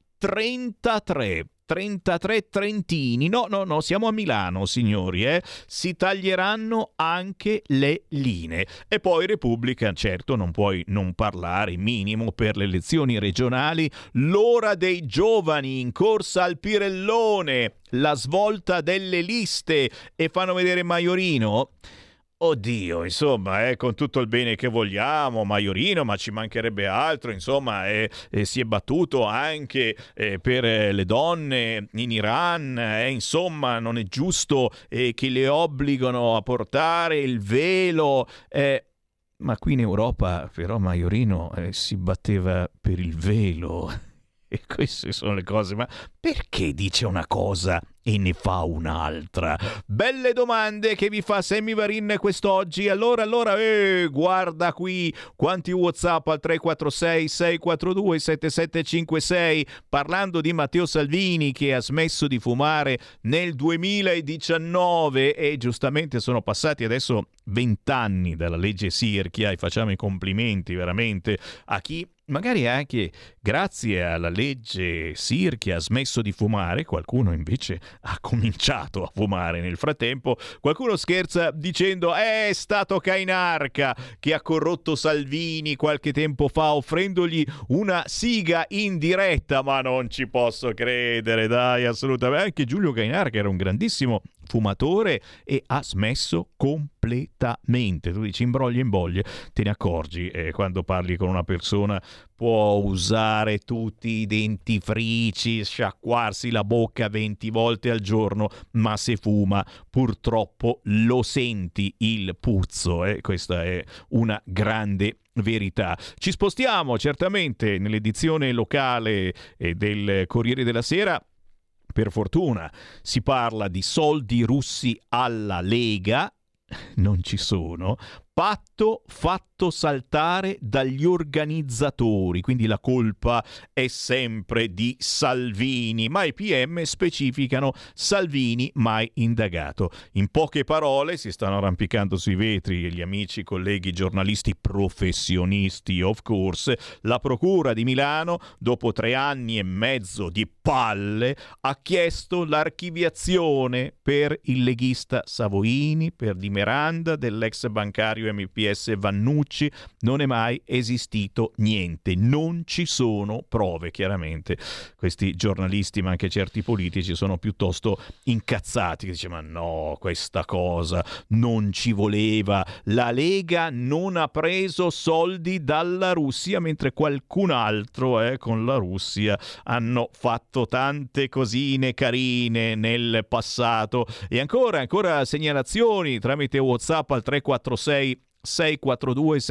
33 trentini. No, siamo a Milano, signori, si taglieranno anche le linee. E poi Repubblica, certo, non puoi non parlare, minimo per le elezioni regionali, l'ora dei giovani in corsa al Pirellone, la svolta delle liste, e fanno vedere Maiorino. Oddio, insomma, con tutto il bene che vogliamo, Maiorino, ma ci mancherebbe altro, insomma, si è battuto anche per le donne in Iran, insomma, non è giusto che le obbligano a portare il velo, ma qui in Europa però Maiorino si batteva per il velo. E queste sono le cose, ma perché dice una cosa e ne fa un'altra? Belle domande che vi fa Sammy Varin quest'oggi. Allora, guarda qui quanti WhatsApp al 346 642 7756, parlando di Matteo Salvini che ha smesso di fumare nel 2019 e giustamente sono passati adesso 20 anni dalla legge Sirchia, e facciamo i complimenti veramente a chi magari anche grazie alla legge Sirchia ha smesso di fumare. Qualcuno invece ha cominciato a fumare nel frattempo. Qualcuno scherza dicendo è stato Cainarca che ha corrotto Salvini qualche tempo fa offrendogli una siga in diretta, ma non ci posso credere, dai, assolutamente. Anche Giulio Cainarca era un grandissimo fumatore e ha smesso completamente. Tu dici imbroglie, te ne accorgi quando parli con una persona. Può usare tutti i dentifrici, sciacquarsi la bocca 20 volte al giorno, ma se fuma purtroppo lo senti il puzzo. Questa è una grande verità. Ci spostiamo certamente nell'edizione locale del Corriere della Sera. Per fortuna si parla di soldi russi alla Lega, non ci sono, patto fatto saltare dagli organizzatori, quindi la colpa è sempre di Salvini, ma i PM specificano Salvini mai indagato. In poche parole si stanno arrampicando sui vetri gli amici, colleghi, giornalisti professionisti, of course. La Procura di Milano, dopo 3 anni e mezzo di palle, ha chiesto l'archiviazione per il leghista Savoini, per Di Miranda, dell'ex bancario MPS Vannucci. Non è mai esistito niente, non ci sono prove. Chiaramente questi giornalisti, ma anche certi politici, sono piuttosto incazzati, che dice ma no, questa cosa non ci voleva, la Lega non ha preso soldi dalla Russia, mentre qualcun altro con la Russia hanno fatto tante cosine carine nel passato. E ancora segnalazioni tramite WhatsApp al 346 642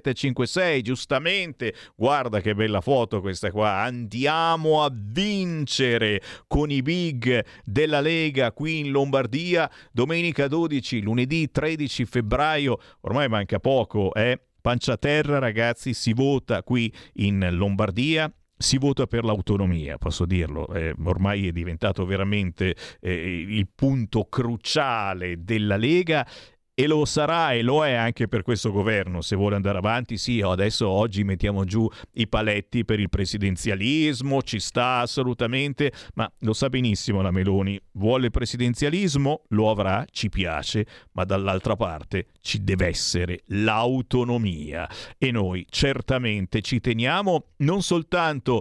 7756. Giustamente, guarda che bella foto questa qua, andiamo a vincere con i big della Lega qui in Lombardia, domenica 12, lunedì 13 febbraio, ormai manca poco, pancia a terra ragazzi, si vota qui in Lombardia. Si vota per l'autonomia, posso dirlo, ormai è diventato veramente il punto cruciale della Lega. e lo sarà e lo è anche per questo governo. Se vuole andare avanti, sì, adesso oggi mettiamo giù i paletti per il presidenzialismo, ci sta assolutamente, ma lo sa benissimo la Meloni, vuole il presidenzialismo, lo avrà, ci piace, ma dall'altra parte ci deve essere l'autonomia e noi certamente ci teniamo, non soltanto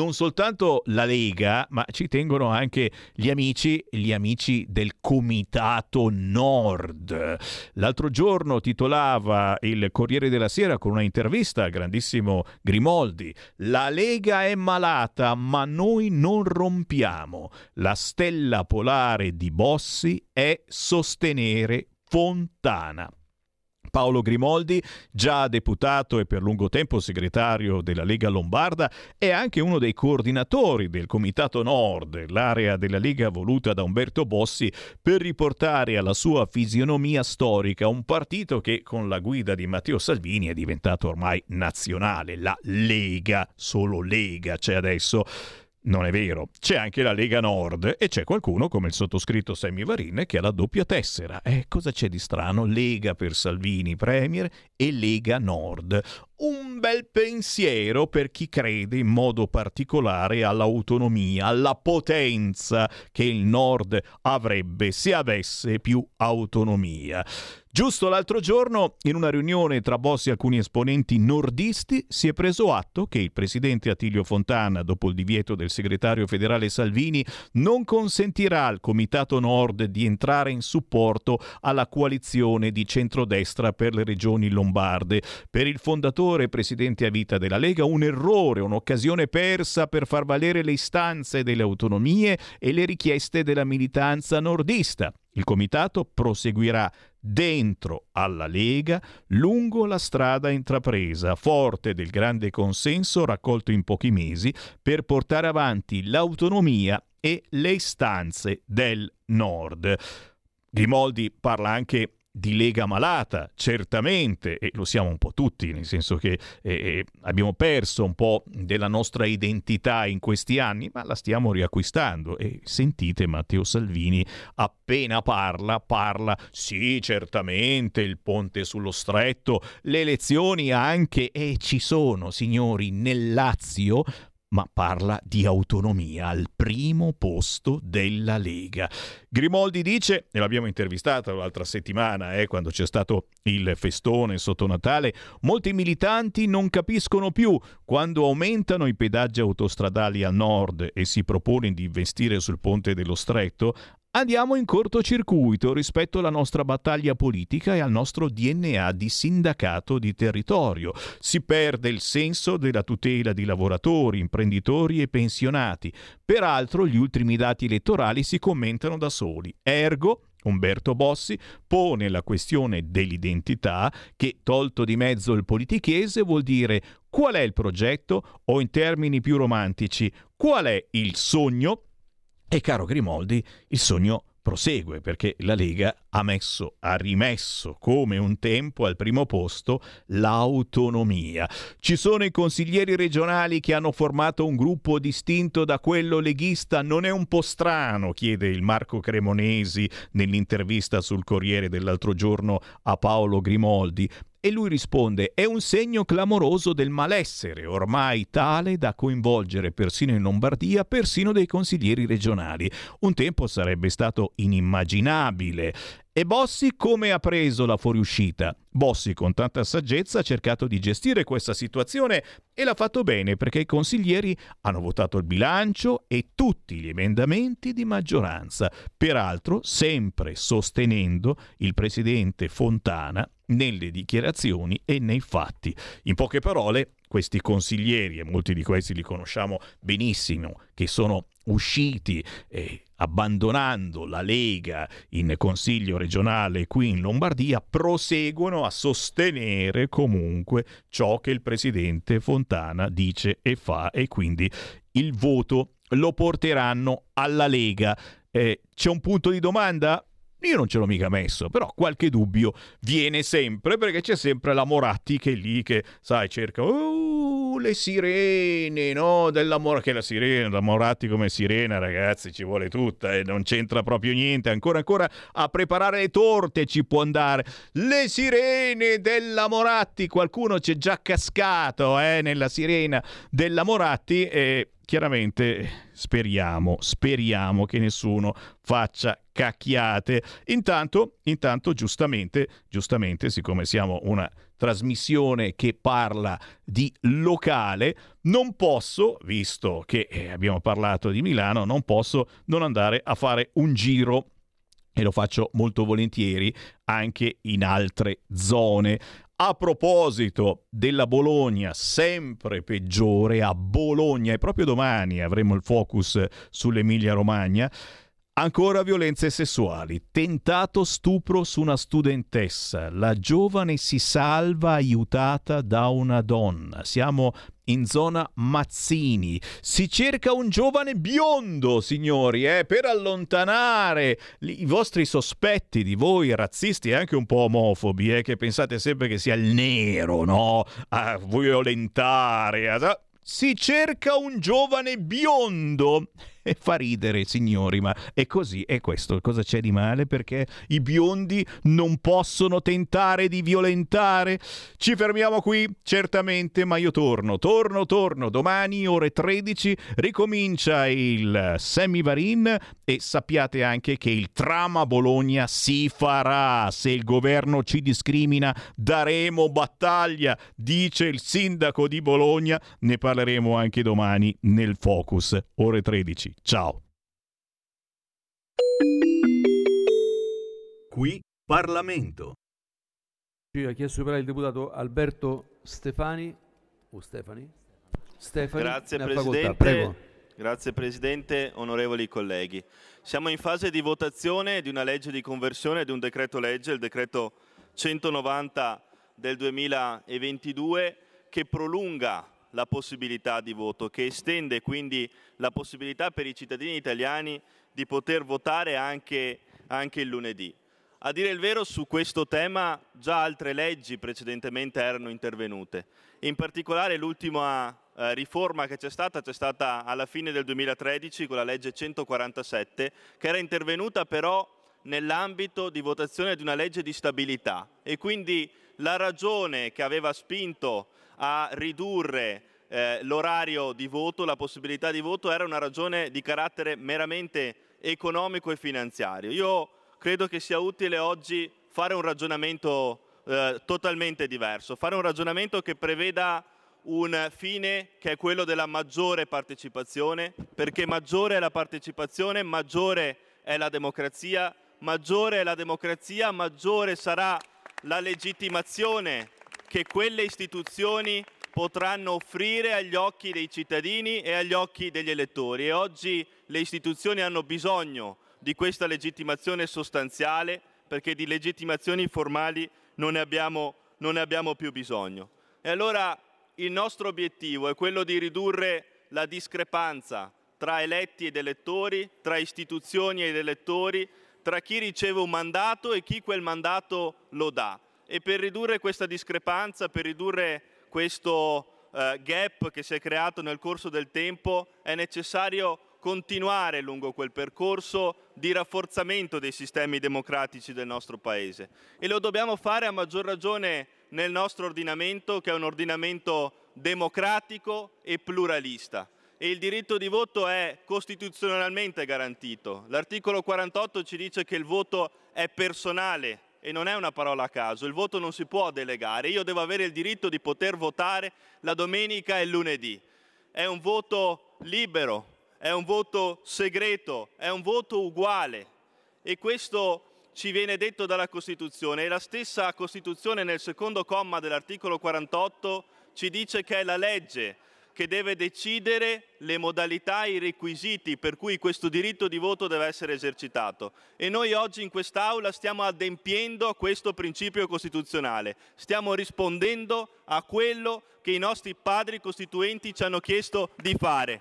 la Lega, ma ci tengono anche gli amici del Comitato Nord. L'altro giorno titolava il Corriere della Sera con una intervista al grandissimo Grimoldi: la Lega è malata, ma noi non rompiamo. La stella polare di Bossi è sostenere Fontana. Paolo Grimoldi, già deputato e per lungo tempo segretario della Lega Lombarda, è anche uno dei coordinatori del Comitato Nord, l'area della Lega voluta da Umberto Bossi per riportare alla sua fisionomia storica un partito che con la guida di Matteo Salvini è diventato ormai nazionale. La Lega, solo Lega c'è adesso. Non è vero, c'è anche la Lega Nord e c'è qualcuno come il sottoscritto Sammy Varin che ha la doppia tessera. Cosa c'è di strano? Lega per Salvini Premier e Lega Nord. Un bel pensiero per chi crede in modo particolare all'autonomia, alla potenza che il Nord avrebbe se avesse più autonomia. Giusto l'altro giorno, in una riunione tra Bossi e alcuni esponenti nordisti, si è preso atto che il presidente Attilio Fontana, dopo il divieto del segretario federale Salvini, non consentirà al Comitato Nord di entrare in supporto alla coalizione di centrodestra per le regioni lombarde. Per il fondatore e presidente a vita della Lega, un errore, un'occasione persa per far valere le istanze delle autonomie e le richieste della militanza nordista. Il comitato proseguirà dentro alla Lega lungo la strada intrapresa, forte del grande consenso raccolto in pochi mesi per portare avanti l'autonomia e le istanze del Nord. Grimoldi parla anche di Lega malata, certamente, e lo siamo un po' tutti, nel senso che abbiamo perso un po' della nostra identità in questi anni, ma la stiamo riacquistando. E sentite Matteo Salvini appena parla, sì, certamente, il ponte sullo stretto, le elezioni anche, e ci sono, signori, nel Lazio, ma parla di autonomia al primo posto della Lega. Grimoldi dice, e l'abbiamo intervistata l'altra settimana, quando c'è stato il festone sotto Natale, molti militanti non capiscono più quando aumentano i pedaggi autostradali al nord e si propone di investire sul ponte dello Stretto. Andiamo in cortocircuito rispetto alla nostra battaglia politica e al nostro DNA di sindacato di territorio. Si perde il senso della tutela di lavoratori, imprenditori e pensionati. Peraltro gli ultimi dati elettorali si commentano da soli. Ergo, Umberto Bossi pone la questione dell'identità che, tolto di mezzo il politichese, vuol dire qual è il progetto o, in termini più romantici, qual è il sogno. E caro Grimoldi, il sogno prosegue perché la Lega ha rimesso come un tempo al primo posto l'autonomia. Ci sono i consiglieri regionali che hanno formato un gruppo distinto da quello leghista. Non è un po' strano? Chiede il Marco Cremonesi nell'intervista sul Corriere dell'altro giorno a Paolo Grimoldi. E lui risponde: è un segno clamoroso del malessere, ormai tale da coinvolgere persino in Lombardia, persino dei consiglieri regionali. Un tempo sarebbe stato inimmaginabile. E Bossi come ha preso la fuoriuscita? Bossi con tanta saggezza ha cercato di gestire questa situazione e l'ha fatto bene perché i consiglieri hanno votato il bilancio e tutti gli emendamenti di maggioranza, peraltro sempre sostenendo il presidente Fontana nelle dichiarazioni e nei fatti. In poche parole, questi consiglieri, e molti di questi li conosciamo benissimo, che sono usciti abbandonando la Lega in Consiglio regionale qui in Lombardia, proseguono a sostenere comunque ciò che il presidente Fontana dice e fa, e quindi il voto lo porteranno alla Lega. C'è un punto di domanda? Io non ce l'ho mica messo, però qualche dubbio viene sempre, perché c'è sempre la Moratti che è lì che, sai, cerca le sirene, no? Che la sirena, da Moratti come sirena, ragazzi, ci vuole tutta e non c'entra proprio niente. Ancora a preparare le torte ci può andare. Le sirene della Moratti, qualcuno c'è già cascato nella sirena della Moratti e chiaramente speriamo che nessuno faccia cacchiate. Intanto giustamente, siccome siamo una trasmissione che parla di locale, non posso, visto che abbiamo parlato di Milano, non posso non andare a fare un giro, e lo faccio molto volentieri, anche in altre zone. A proposito della Bologna, sempre peggiore a Bologna, e proprio domani avremo il focus sull'Emilia Romagna, ancora violenze sessuali, tentato stupro su una studentessa, la giovane si salva aiutata da una donna, siamo in zona Mazzini, si cerca un giovane biondo, signori, per allontanare i vostri sospetti di voi razzisti e anche un po' omofobi, che pensate sempre che sia il nero, no? A violentare, si cerca un giovane biondo. E fa ridere, signori, ma è così, è questo. Cosa c'è di male? Perché i biondi non possono tentare di violentare? Ci fermiamo qui, certamente, ma io torno. Domani, ore 13, ricomincia il Semivarin e sappiate anche che il tram a Bologna si farà. Se il governo ci discrimina, daremo battaglia, dice il sindaco di Bologna. Ne parleremo anche domani nel Focus, ore 13. Ciao. Qui Parlamento. Ha chiesto di parlare il deputato Alberto Stefani. Stefani. Grazie Presidente. Grazie Presidente, onorevoli colleghi. Siamo in fase di votazione di una legge di conversione di un decreto legge, il decreto 190 del 2022, che prolunga la possibilità di voto, che estende quindi la possibilità per i cittadini italiani di poter votare anche il lunedì. A dire il vero, su questo tema già altre leggi precedentemente erano intervenute. In particolare l'ultima riforma che c'è stata alla fine del 2013 con la legge 147, che era intervenuta però nell'ambito di votazione di una legge di stabilità, e quindi la ragione che aveva spinto a ridurre l'orario di voto, la possibilità di voto, era una ragione di carattere meramente economico e finanziario. Io credo che sia utile oggi fare un ragionamento totalmente diverso, fare un ragionamento che preveda un fine che è quello della maggiore partecipazione, perché maggiore è la partecipazione, maggiore è la democrazia, maggiore sarà la legittimazione che quelle istituzioni potranno offrire agli occhi dei cittadini e agli occhi degli elettori. E oggi le istituzioni hanno bisogno di questa legittimazione sostanziale, perché di legittimazioni formali non ne abbiamo più bisogno. E allora il nostro obiettivo è quello di ridurre la discrepanza tra eletti ed elettori, tra istituzioni ed elettori, tra chi riceve un mandato e chi quel mandato lo dà. E per ridurre questa discrepanza, per ridurre questo gap che si è creato nel corso del tempo, è necessario continuare lungo quel percorso di rafforzamento dei sistemi democratici del nostro Paese. E lo dobbiamo fare a maggior ragione nel nostro ordinamento, che è un ordinamento democratico e pluralista. E il diritto di voto è costituzionalmente garantito. L'articolo 48 ci dice che il voto è personale e non è una parola a caso. Il voto non si può delegare. Io devo avere il diritto di poter votare la domenica e il lunedì. È un voto libero, è un voto segreto, è un voto uguale. E questo ci viene detto dalla Costituzione. E la stessa Costituzione, nel secondo comma dell'articolo 48, ci dice che è la legge che deve decidere le modalità e i requisiti per cui questo diritto di voto deve essere esercitato. E noi oggi in quest'Aula stiamo adempiendo a questo principio costituzionale, stiamo rispondendo a quello che i nostri padri costituenti ci hanno chiesto di fare.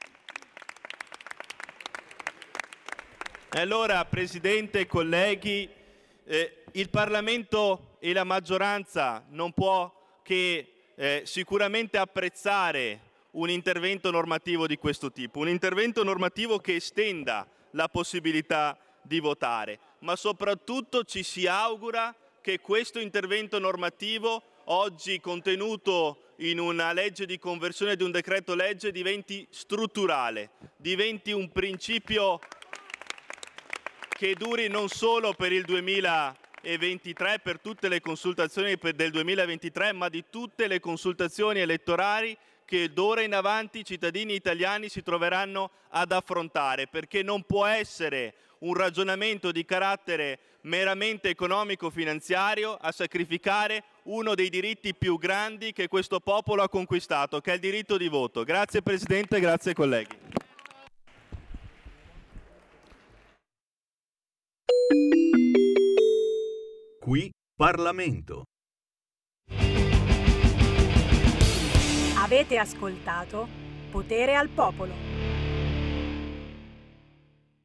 E allora, Presidente, colleghi, il Parlamento e la maggioranza non può che sicuramente apprezzare un intervento normativo di questo tipo, un intervento normativo che estenda la possibilità di votare, ma soprattutto ci si augura che questo intervento normativo, oggi contenuto in una legge di conversione di un decreto legge, diventi strutturale, diventi un principio che duri non solo per il 2023, per tutte le consultazioni del 2023, ma di tutte le consultazioni elettorali che d'ora in avanti i cittadini italiani si troveranno ad affrontare, perché non può essere un ragionamento di carattere meramente economico-finanziario a sacrificare uno dei diritti più grandi che questo popolo ha conquistato, che è il diritto di voto. Grazie Presidente, grazie colleghi. Qui Parlamento. Avete ascoltato Potere al Popolo.